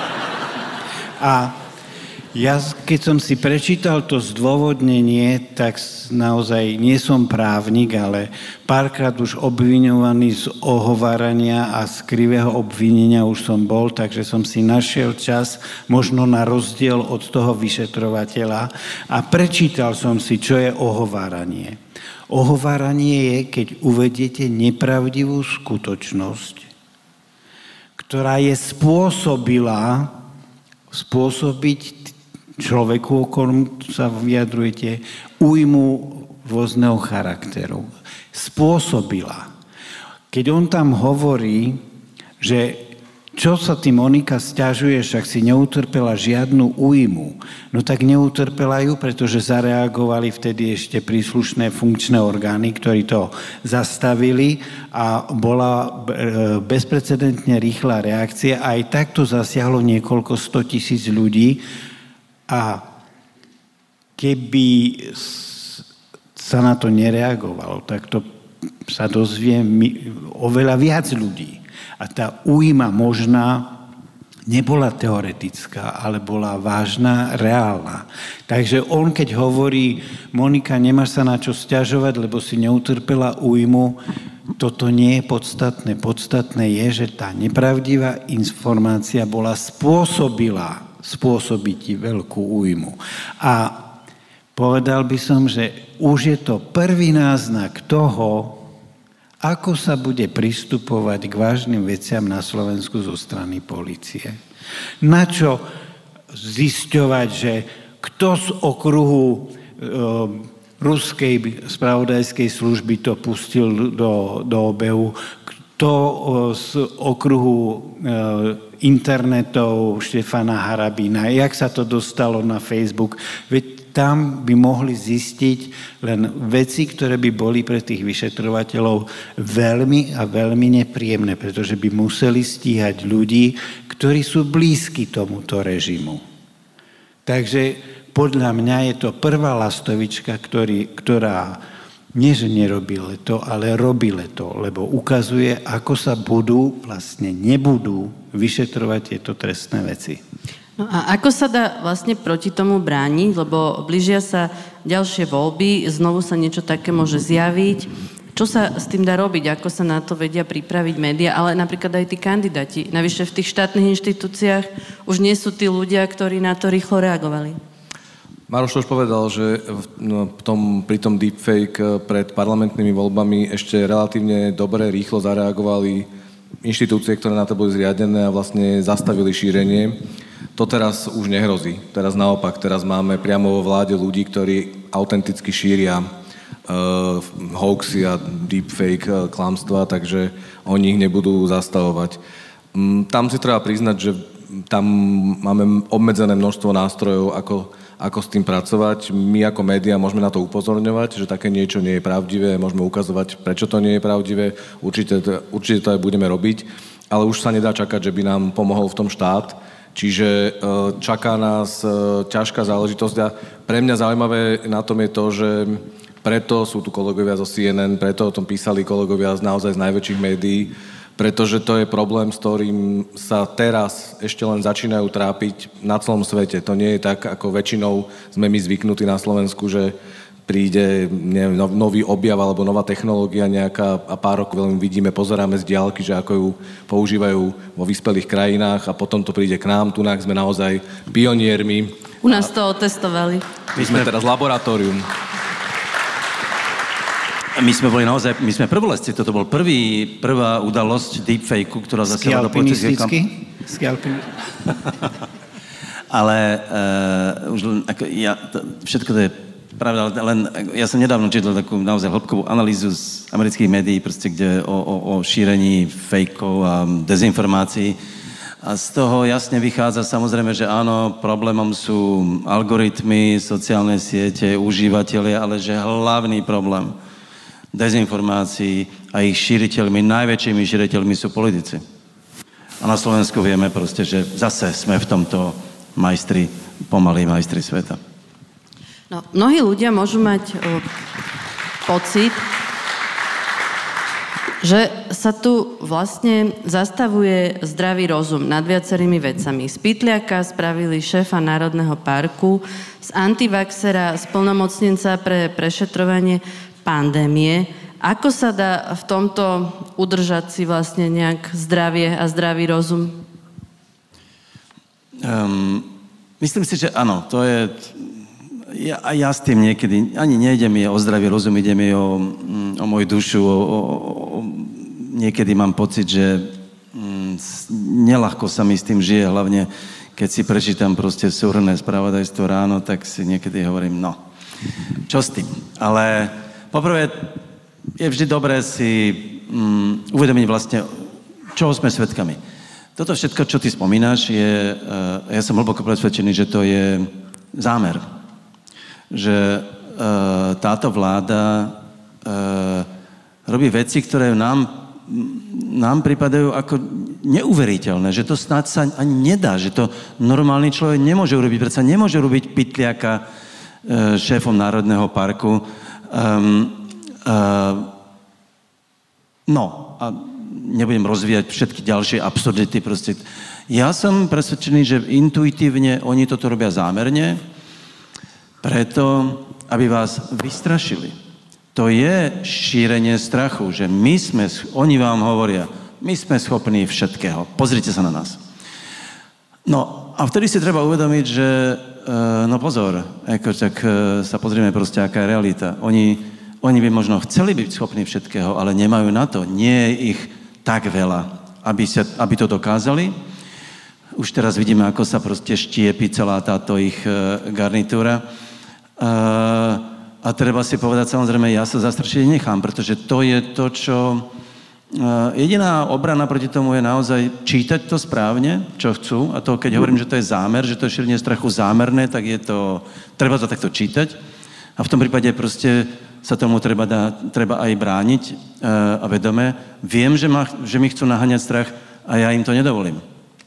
A ja, keď som si prečítal to zdôvodnenie, tak naozaj nie som právnik, ale párkrát už obviňovaný z ohovárania a z krivého obvinenia už som bol, takže som si našiel čas, možno na rozdiel od toho vyšetrovateľa, a prečítal som si, čo je ohováranie. Ohováranie je, keď uvediete nepravdivú skutočnosť, ktorá je spôsobiť človeku, o ktorom sa vyjadrujete, újmu rôzneho charakteru. Spôsobila. Keď on tam hovorí, že čo sa ty, Monika, sťažuje, však si neutrpela žiadnu újmu. No tak neutrpela ju, pretože zareagovali vtedy ešte príslušné funkčné orgány, ktorí to zastavili a bola bezprecedentne rýchla reakcia a aj takto zasiahlo niekoľko 100 000 ľudí. A keby sa na to nereagovalo, tak to sa dozvie oveľa viac ľudí. A tá újma možná nebola teoretická, ale bola vážna, reálna. Takže on, keď hovorí, Monika, nemáš sa na čo sťažovať, lebo si neutrpela újmu, toto nie je podstatné. Podstatné je, že tá nepravdivá informácia bola spôsobiť ti veľkú újmu. A povedal by som, že už je to prvý náznak toho, ako sa bude pristupovať k vážnym veciam na Slovensku zo strany polície. Na čo zisťovať, že kto z okruhu ruskej spravodajskej služby to pustil do obehu, kto z okruhu internetov Štefana Harabína, jak sa to dostalo na Facebook. Veď tam by mohli zistiť len veci, ktoré by boli pre tých vyšetrovateľov veľmi a veľmi nepríjemné, pretože by museli stíhať ľudí, ktorí sú blízki tomuto režimu. Takže podľa mňa je to prvá lastovička, ktorá nie, že nerobí to, ale robí to, lebo ukazuje, ako sa nebudú vyšetrovať tieto trestné veci. No a ako sa dá vlastne proti tomu brániť, lebo blížia sa ďalšie voľby, znovu sa niečo také môže zjaviť. Čo sa s tým dá robiť? Ako sa na to vedia pripraviť médiá, ale napríklad aj tí kandidáti? Navyše v tých štátnych inštitúciách už nie sú tí ľudia, ktorí na to rýchlo reagovali. Maroš už povedal, že pri tom deepfake pred parlamentnými voľbami ešte relatívne dobre, rýchlo zareagovali inštitúcie, ktoré na to boli zriadené a vlastne zastavili šírenie. To teraz už nehrozí. Teraz naopak, teraz máme priamo vo vláde ľudí, ktorí autenticky šíria hoaxy a deepfake klamstvá, takže oni ich nebudú zastavovať. Tam si treba priznať, že tam máme obmedzené množstvo nástrojov, ako s tým pracovať. My ako médiá môžeme na to upozorňovať, že také niečo nie je pravdivé, môžeme ukazovať, prečo to nie je pravdivé, určite to aj budeme robiť, ale už sa nedá čakať, že by nám pomohol v tom štát. Čiže čaká nás ťažká záležitosť a pre mňa zaujímavé na tom je to, že preto sú tu kolegovia zo CNN, preto o tom písali kolegovia naozaj z najväčších médií, pretože to je problém, s ktorým sa teraz ešte len začínajú trápiť na celom svete. To nie je tak, ako väčšinou sme my zvyknutí na Slovensku, že príde nový objav alebo nová technológia nejaká a pár rokov veľmi vidíme, pozeráme z diaľky, že ako ju používajú vo vyspelých krajinách a potom to príde k nám. Tu sme naozaj pioniermi. U nás to otestovali. My sme teraz laboratórium. My sme prvolesci, toto bol prvá udalosť deepfakeu, ktorá zasiahla do politickej Ale už len, všetko to je pravda, len ja som nedávno čítal takú naozaj hĺbkovú analýzu z amerických médií, proste, kde o šírení fejkov a dezinformácií. A z toho jasne vychádza samozrejme, že áno, problémom sú algoritmy, sociálne siete, užívateľia, ale že hlavný problém dezinformácií a ich šíriteľmi, najväčšími šíriteľmi sú politici. A na Slovensku vieme proste, že zase sme v tomto pomalí majstri sveta. No, mnohí ľudia môžu mať pocit, že sa tu vlastne zastavuje zdravý rozum nad viacerými vecami. Z Pytliaka spravili šéfa Národného parku, z antivaxera splnomocnenca pre prešetrovanie pandémie. Ako sa dá v tomto udržať si vlastne nejak zdravie a zdravý rozum? Myslím si, že áno, to je... Ja s tým niekedy, ani nejde mi o zdravý rozum, ide mi o moju dušu, niekedy mám pocit, že neľahko sa mi s tým žije, hlavne keď si prečítam proste súhrnné spravodajstvo ráno, tak si niekedy hovorím, no, čo s tým? Ale poprvé je vždy dobré si uvedomiť vlastne, čoho sme svedkami. Toto všetko, čo ty spomínaš, ja som hlboko presvedčený, že to je zámer. Že táto vláda robí veci, ktoré nám pripadajú ako neuveriteľné, že to snad sa ani nedá, že to normálny človek nemôže urobiť. Predsa nemôže robiť Pytliaka šéfom Národného parku. No, a nebudem rozvíjať všetky ďalšie absurdity. Proste. Ja som presvedčený, že intuitívne oni toto robia zámerne, preto, aby vás vystrašili. To je šírenie strachu, že oni vám hovoria, my sme schopní všetkého. Pozrite sa na nás. No a vtedy si treba uvedomiť, že no pozor, tak sa pozrieme proste, aká je realita. Oni by možno chceli byť schopní všetkého, ale nemajú na to. Nie je ich tak veľa, aby to dokázali. Už teraz vidíme, ako sa proste štiepi celá táto ich garnitúra. A treba si povedať, samozrejme, ja sa zastrašiť nechám, pretože to je to, čo... Jediná obrana proti tomu je naozaj čítať to správne, čo chcú. A to, keď hovorím, že to je zámer, že to je šírenie strachu zámerné, tak je to... Treba to takto čítať. A v tom prípade proste sa tomu treba aj brániť a vedome. Viem, že mi chcú naháňať strach a ja im to nedovolím.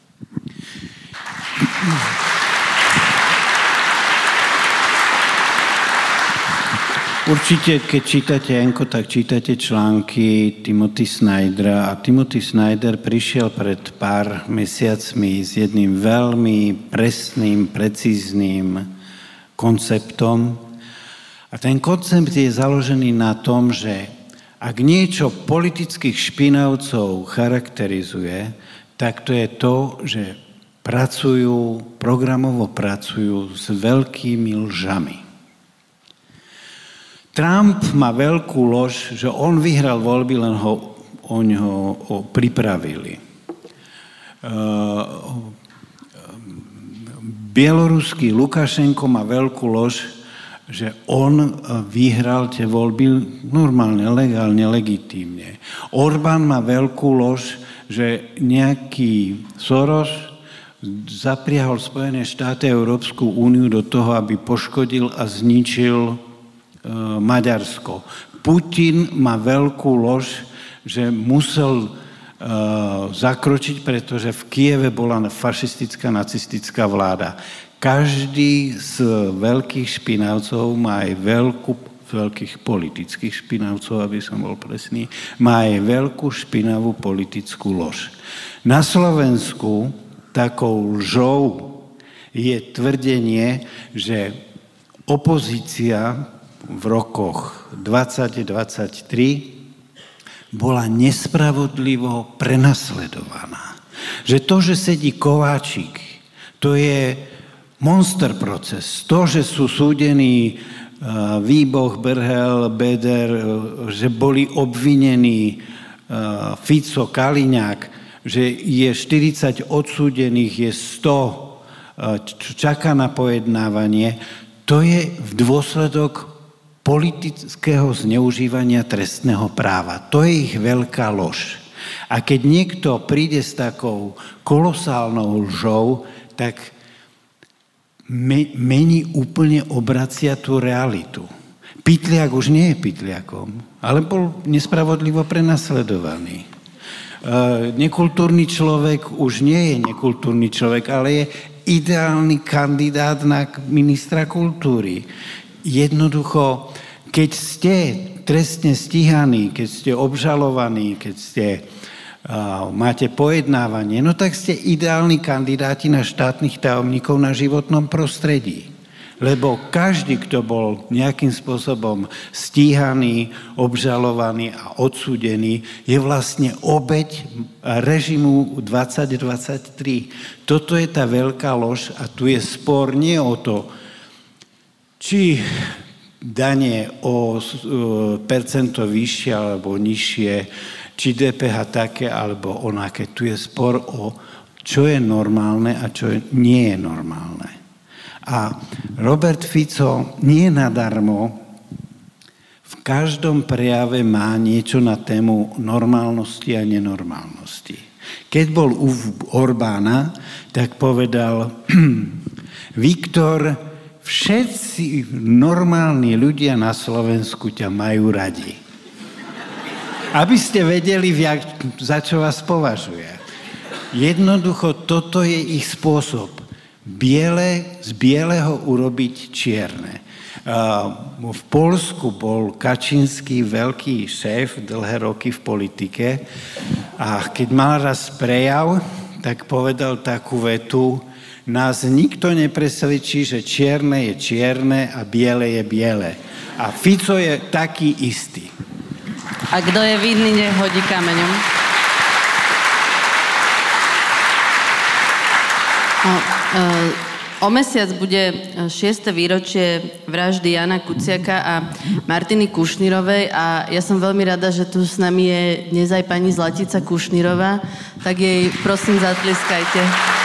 Určite, keď čítate Enko, tak čítate články Timothy Snydera a Timothy Snyder prišiel pred pár mesiacmi s jedným veľmi presným, precízným konceptom. A ten koncept je založený na tom, že ak niečo politických špinavcov charakterizuje, tak to je to, že programovo pracujú s veľkými lžami. Trump má veľkú lož, že on vyhral voľby, len ho pripravili. Bieloruský Lukašenko má veľkú lož, že on vyhral tie voľby normálne, legálne, legitímne. Orbán má veľkú lož, že nejaký Soros zapriahol Spojené štáty a Európsku úniu do toho, aby poškodil a zničil Maďarsko. Putin má veľkú lož, že musel zakročiť, pretože v Kieve bola fašistická, nacistická vláda. Každý z veľkých špinavcov má aj veľkých politických špinavcov, aby som bol presný, má aj veľkú špinavú politickú lož. Na Slovensku takou lžou je tvrdenie, že opozícia v rokoch 2023 bola nespravodlivo prenasledovaná. Že to, že sedí Kováčik, to je monster proces. To, že sú súdení Výboh, Brhel, Beder, že boli obvinení Fico, Kaliňák, že je 40 odsúdených, je 100, čo čaká na pojednávanie, to je v dôsledok politického zneužívania trestného práva. To je ich veľká lož. A keď niekto príde s takou kolosálnou lžou, tak mení úplne, obracia tú realitu. Pytliak už nie je pytliakom, ale bol nespravodlivo prenasledovaný. Nekultúrny človek už nie je nekultúrny človek, ale je ideálny kandidát na ministra kultúry. Jednoducho, keď ste trestne stíhaní, keď ste obžalovaní, keď máte pojednávanie, no tak ste ideálni kandidáti na štátnych tajomníkov na životnom prostredí. Lebo každý, kto bol nejakým spôsobom stíhaný, obžalovaný a odsúdený, je vlastne obeť režimu 2023. Toto je tá veľká lož a tu je spor nie o to, či dane o percento vyššie alebo nižšie, či DPH také alebo onaké. Tu je spor o čo je normálne a čo nie je normálne. A Robert Fico nie nadarmo v každom prejave má niečo na tému normálnosti a nenormálnosti. Keď bol u Orbána, tak povedal Viktor, všetci normálni ľudia na Slovensku ťa majú radi. Aby ste vedeli, za čo vás považuje. Jednoducho, toto je ich spôsob. Z bieleho urobiť čierne. V Poľsku bol Kačinský veľký šéf, dlhé roky v politike a keď mal raz prejav, tak povedal takú vetu, nás nikto nepresvedčí, že čierne je čierne a biele je biele. A Fico je taký istý. A kto je vinný, nech hodí kameňom. O mesiac bude 6. výročie vraždy Jana Kuciaka a Martiny Kušnírovej a ja som veľmi rada, že tu s nami je dnes aj pani Zlatica Kušnírová, tak jej prosím zatlieskajte.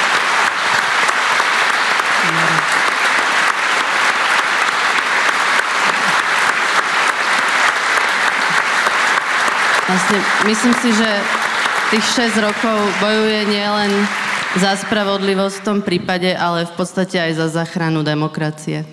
Vlastne myslím si, že tých 6 rokov bojuje nielen za spravodlivosť v tom prípade, ale v podstate aj za záchranu demokracie.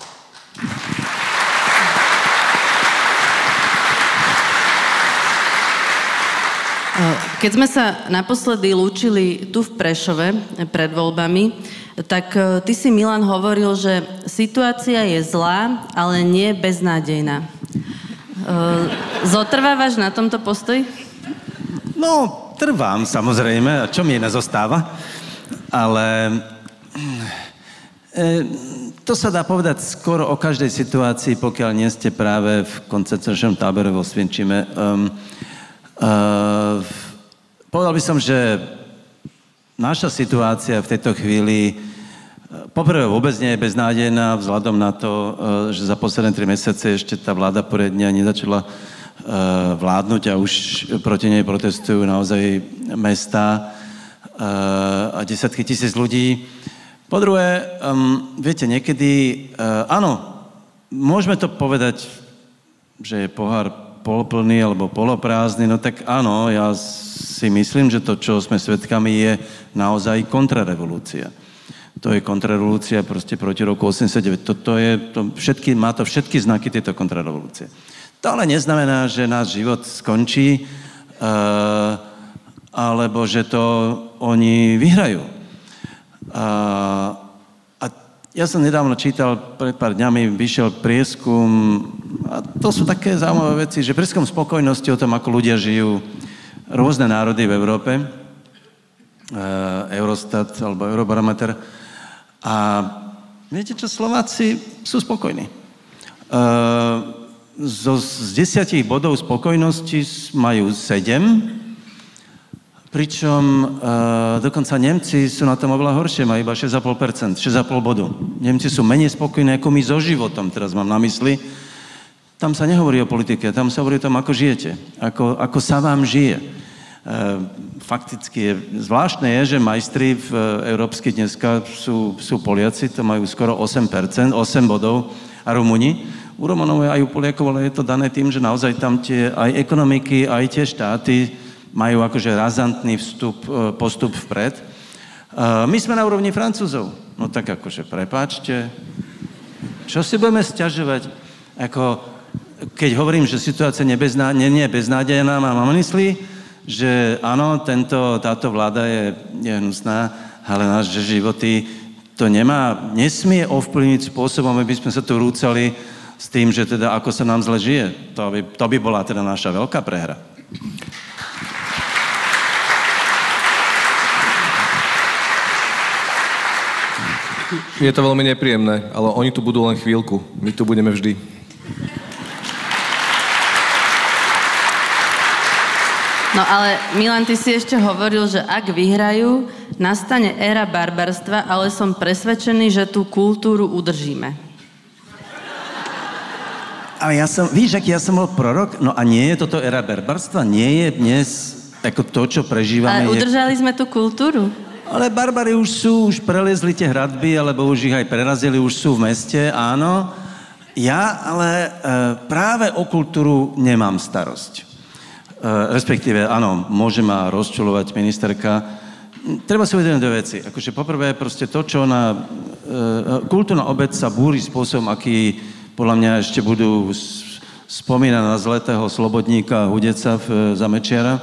Keď sme sa naposledy lúčili tu v Prešove pred voľbami, tak ty si, Milan, hovoril, že situácia je zlá, ale nie beznádejná. Zotrvávaš na tomto postoji? No, trvám, samozrejme, a čo mi nezostáva. Ale to sa dá povedať skoro o každej situácii, pokiaľ nie ste práve v koncentračnom tábore vo Svienčime. Povedal by som, že naša situácia v tejto chvíli poprvé vôbec nie je beznádejná vzhľadom na to, že za posledné 3 mesiace ešte tá vláda poriadne nezačala vládnuť a už proti nej protestujú naozaj mestá a desiatky tisíc ľudí. Po druhé, viete, niekedy, áno, môžeme to povedať, že je pohár poloplný alebo poloprázdny, no tak áno, ja si myslím, že to, čo sme svedkami, je naozaj kontrarevolúcia. To je kontrarevolúcia proste proti roku 89. Má to všetky znaky tejto kontrarevolúcie. To ale neznamená, že náš život skončí, alebo že to oni vyhrajú. A ja som nedávno čítal, pred pár dňami vyšiel prieskum, a to sú také zaujímavé veci, že prieskum spokojnosti o tom, ako ľudia žijú, rôzne národy v Európe, Eurostat alebo Eurobarometer. A viete čo, Slováci sú spokojní. Z 10 bodov spokojnosti majú 7, pričom dokonca Nemci sú na tom oveľa horšie, majú iba 6,5%, 6,5 bodu. Nemci sú menej spokojní ako my so životom, teraz mám na mysli. Tam sa nehovorí o politike, tam sa hovorí o tom, ako žijete, ako sa vám žije. fakticky zvláštne je, že majstri v európsky dneska sú Poliaci, to majú skoro 8%, 8 bodov a Rumúni. U Romanov aj u Poliakov, ale je to dané tým, že naozaj tam tie aj ekonomiky, aj tie štáty majú akože razantný postup vpred. My sme na úrovni Francúzov. No tak akože prepáčte, čo si budeme sťažovať? Ako, keď hovorím, že situácia nie je beznádejná, mám na mysli, že áno, táto vláda je hnusná, ale naše životy to nesmie ovplyvniť spôsobom, aby sme sa tu rúcali s tým, že teda ako sa nám zle žije. To by bola teda naša veľká prehra. Je to veľmi nepríjemné, ale oni tu budú len chvíľku. My tu budeme vždy. No ale Milan, ty si ešte hovoril, že ak vyhrajú, nastane éra barbarstva, ale som presvedčený, že tú kultúru udržíme. Ale víš, aký ja som bol prorok? No a nie je toto éra barbarstva? Nie je dnes ako to, čo prežívame? Ale udržali sme tú kultúru. Ale barbary už preliezli tie hradby, alebo už ich aj prerazili, už sú v meste, áno. Ja ale práve o kultúru nemám starosť. Respektíve, áno, môže ma rozčulovať ministerka. Treba si uvedomiť dve veci. Akože poprvé, proste to, čo kultúrna obec sa búri spôsobom, aký podľa mňa ešte budú spomínať na zletého slobodníka Hudeca za Mečiara.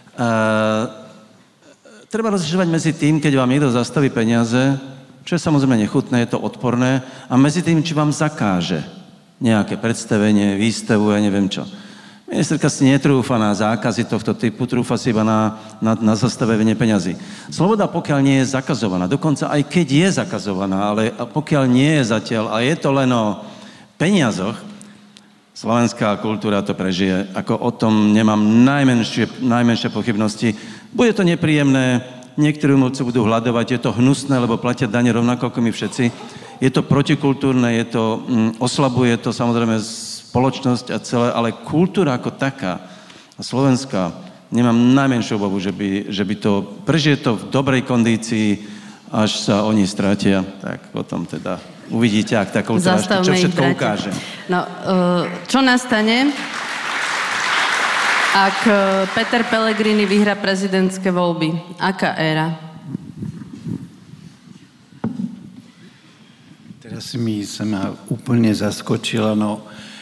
Treba rozlišovať medzi tým, keď vám niekto zastaví peniaze, čo je samozrejme nechutné, je to odporné, a medzi tým, či vám zakáže nejaké predstavenie, výstavu, ja neviem čo. Ministerka si netrúfa na zákazy tohto typu, trúfa si iba na zastavenie peňazí. Sloboda, pokiaľ nie je zakazovaná, dokonca aj keď je zakazovaná, ale pokiaľ nie je zatiaľ, a je to len o peniazoch, slovenská kultúra to prežije. Ako o tom nemám najmenšie pochybnosti. Bude to nepríjemné, niektorí umelci budú hľadovať, je to hnusné, lebo platia dane rovnako ako my všetci. Je to protikultúrne, oslabuje to samozrejme spoločnosť a celé, ale kultúra ako taká, a slovenská, nemám najmenšiu obavu, že by to prežije to v dobrej kondícii, až sa oni stratia. Tak potom teda uvidíte, ak tá kultúra čo všetko ukáže. No, čo nastane, ak Peter Pellegrini vyhrá prezidentské voľby? Aká éra? Teraz sa ma úplne zaskočila, no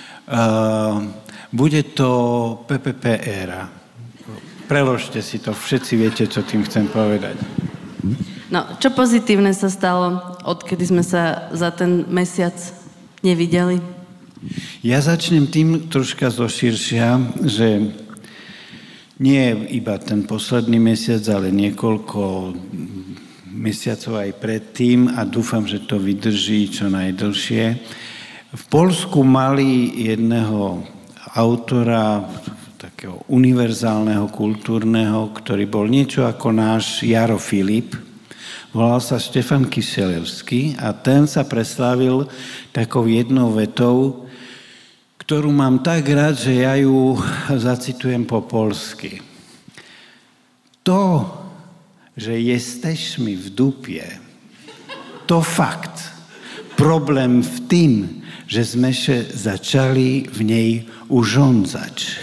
bude to PPP éra. Preložte si to, všetci viete, čo tým chcem povedať. No, čo pozitívne sa stalo, odkedy sme sa za ten mesiac nevideli? Ja začnem tým troška zoširšia, že nie iba ten posledný mesiac, ale niekoľko mesiacov aj predtým, a dúfam, že to vydrží čo najdlhšie. V Poľsku mali jedného autora, takého univerzálneho, kultúrneho, ktorý bol niečo ako náš Jaro Filip. Volal sa Štefan Kyselevský a ten sa preslávil takou jednou vetou, ktorú mám tak rád, že ja ju zacitujem po poľsky. To, že jesteś mi v dupie, to fakt. Problém v tým, že sme sa začali v nej urządzać.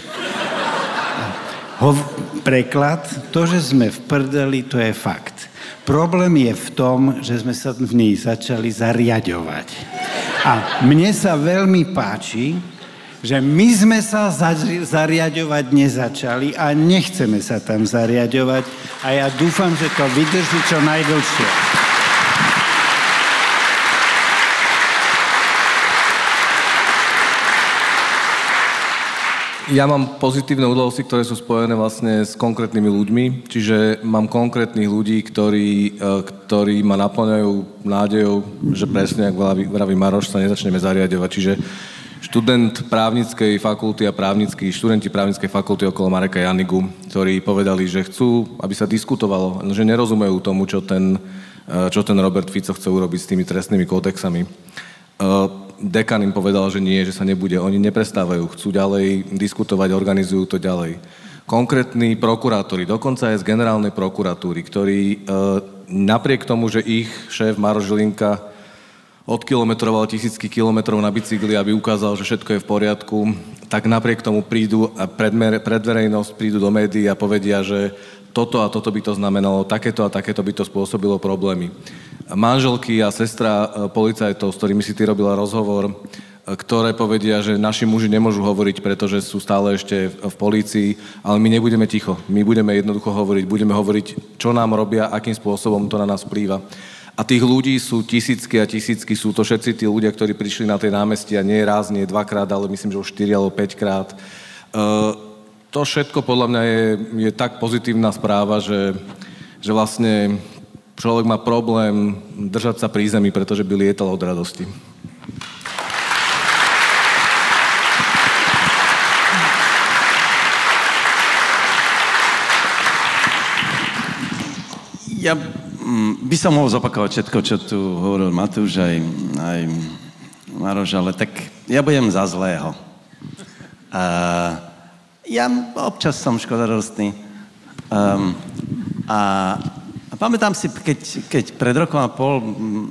Preklad, to, že sme v prdeli, to je fakt. Problém je v tom, že sme sa v nej začali zariaďovať. A mne sa veľmi páči, že my sme sa zariaďovať nezačali a nechceme sa tam zariaďovať a ja dúfam, že to vydrží čo najdlhšie. Ja mám pozitívne udalosti, ktoré sú spojené vlastne s konkrétnymi ľuďmi, čiže mám konkrétnych ľudí, ktorí ma naplňajú nádejou, že presne, ako vraví Maroš, sa nezačneme zariadovať. Čiže študenti právnickej fakulty okolo Mareka Janigu, ktorí povedali, že chcú, aby sa diskutovalo, že nerozumejú tomu, čo ten Robert Fico chce urobiť s tými trestnými kódexami. Dekan im povedal, že nie, že sa nebude. Oni neprestávajú, chcú ďalej diskutovať, organizujú to ďalej. konkrétni prokurátori, dokonca aj z generálnej prokuratúry, ktorí napriek tomu, že ich šéf Maroš Žilinka odkilometroval tisícky kilometrov na bicykli, aby ukázal, že všetko je v poriadku, tak napriek tomu prídu a pred verejnosť prídu do médií a povedia, že toto a toto by to znamenalo, takéto a takéto by to spôsobilo problémy. Manželky a sestra policajtov, s ktorými si ty robila rozhovor, ktoré povedia, že naši muži nemôžu hovoriť, pretože sú stále ešte v polícii, ale my nebudeme ticho. My budeme jednoducho hovoriť, budeme hovoriť, čo nám robia, akým spôsobom to na nás vplýva. A tých ľudí sú tisícky a tisícky, sú to všetci tí ľudia, ktorí prišli na tie námestia nie raz, nie dvakrát, ale myslím, že už 4 alebo 5 krát. To všetko podľa mňa je tak pozitívna správa, že vlastne človek má problém držať sa pri zemi, pretože by lietal od radosti. Ja by som mohol zopakovať všetko, čo tu hovoril Matúš aj Maroš, ale tak ja budem za zlého. Ja občas som škodarostný. A pamätám si, keď pred rokom a pol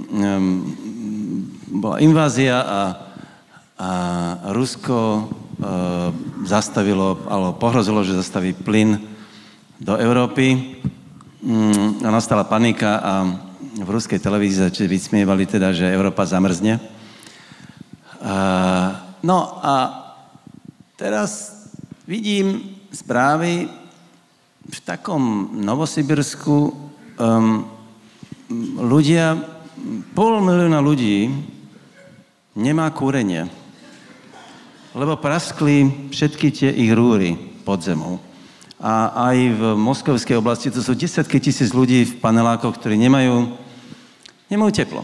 bola invázia a Rusko zastavilo, alebo pohrozilo, že zastaví plyn do Európy. A nastala panika a v ruskej televízii začali vysmievali teda, že Európa zamrzne. No a teraz vidím správy v takom Novosibirsku ľudia, 500 000 ľudí nemá kúrenie, lebo praskli všetky tie ich rúry pod zemou. A aj v moskovskej oblasti to sú 10 000 ľudí v panelákoch, ktorí nemajú teplo.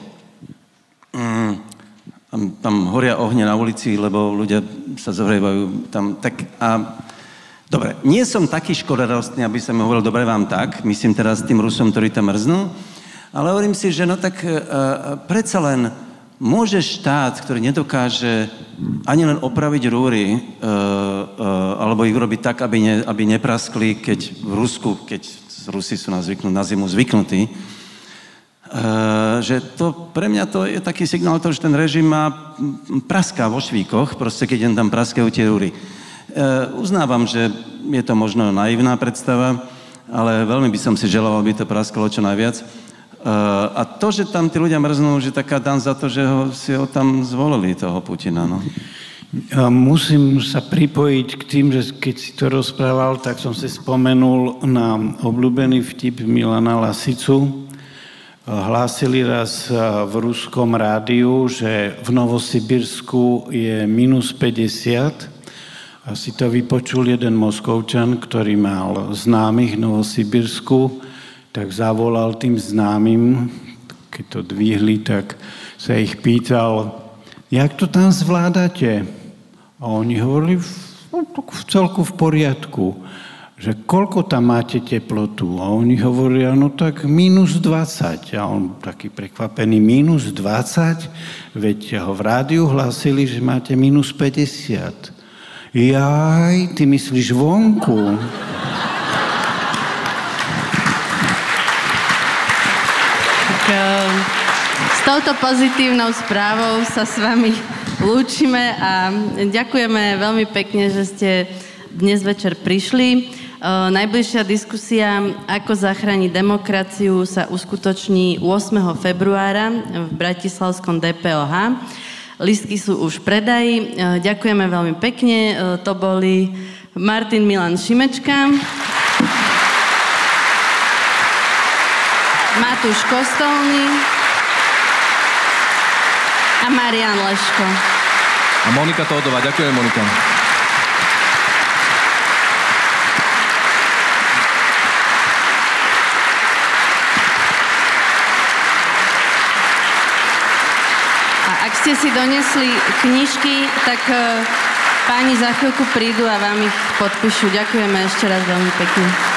Tam horia ohne na ulici, lebo ľudia sa zohrievajú tam. Dobre, nie som taký škodarostný, aby som hovoril, dobre vám tak, myslím teraz tým Rusom, ktorí tam mrznú, ale hovorím si, že no tak predsa len môže štát, ktorý nedokáže ani len opraviť rúry, alebo ich robiť tak, aby nepraskli, keď v Rusku, keď Rusi sú na zimu zvyknutí, že to pre mňa to je taký signál toho, že ten režim má praská vo švíkoch, proste keď jen tam praskajú tie rúry. Uznávam, že je to možno naivná predstava, ale veľmi by som si želal, aby to praskalo čo najviac. A to, že tam tí ľudia mrznú, že taká dan za to, že si ho tam zvolili, toho Putina, no. Musím sa pripojiť k tým, že keď si to rozprával, tak som si spomenul na obľúbený vtip Milana Lasicu. Hlásili raz v ruskom rádiu, že v Novosibirsku je minus 50. A si to vypočul jeden Moskovčan, ktorý mal známych v Novosibirsku, tak zavolal tým známym, keď to dvihli, tak sa ich pýtal, jak to tam zvládate? A oni hovorili, v celku v poriadku, že koľko tam máte teplotu? A oni hovoria, no tak minus 20. A on taký prekvapený, minus 20? Veď ho v rádiu hlásili, že máte minus 50. Jaj, ty myslíš vonku? S touto pozitívnou správou sa s vami lúčime a ďakujeme veľmi pekne, že ste dnes večer prišli. Najbližšia diskusia Ako zachrániť demokraciu sa uskutoční 8. februára v Bratislavskom DPOH. Lístky sú už v predaji. Ďakujeme veľmi pekne. To boli Martin Milan Šimečka, Matúš Kostolný a Marián Leško. A Monika Tódová. Ďakujem, Monika. A ak ste si donesli knižky, tak páni za chvíľku prídu a vám ich podpíšu. Ďakujeme ešte raz veľmi pekne.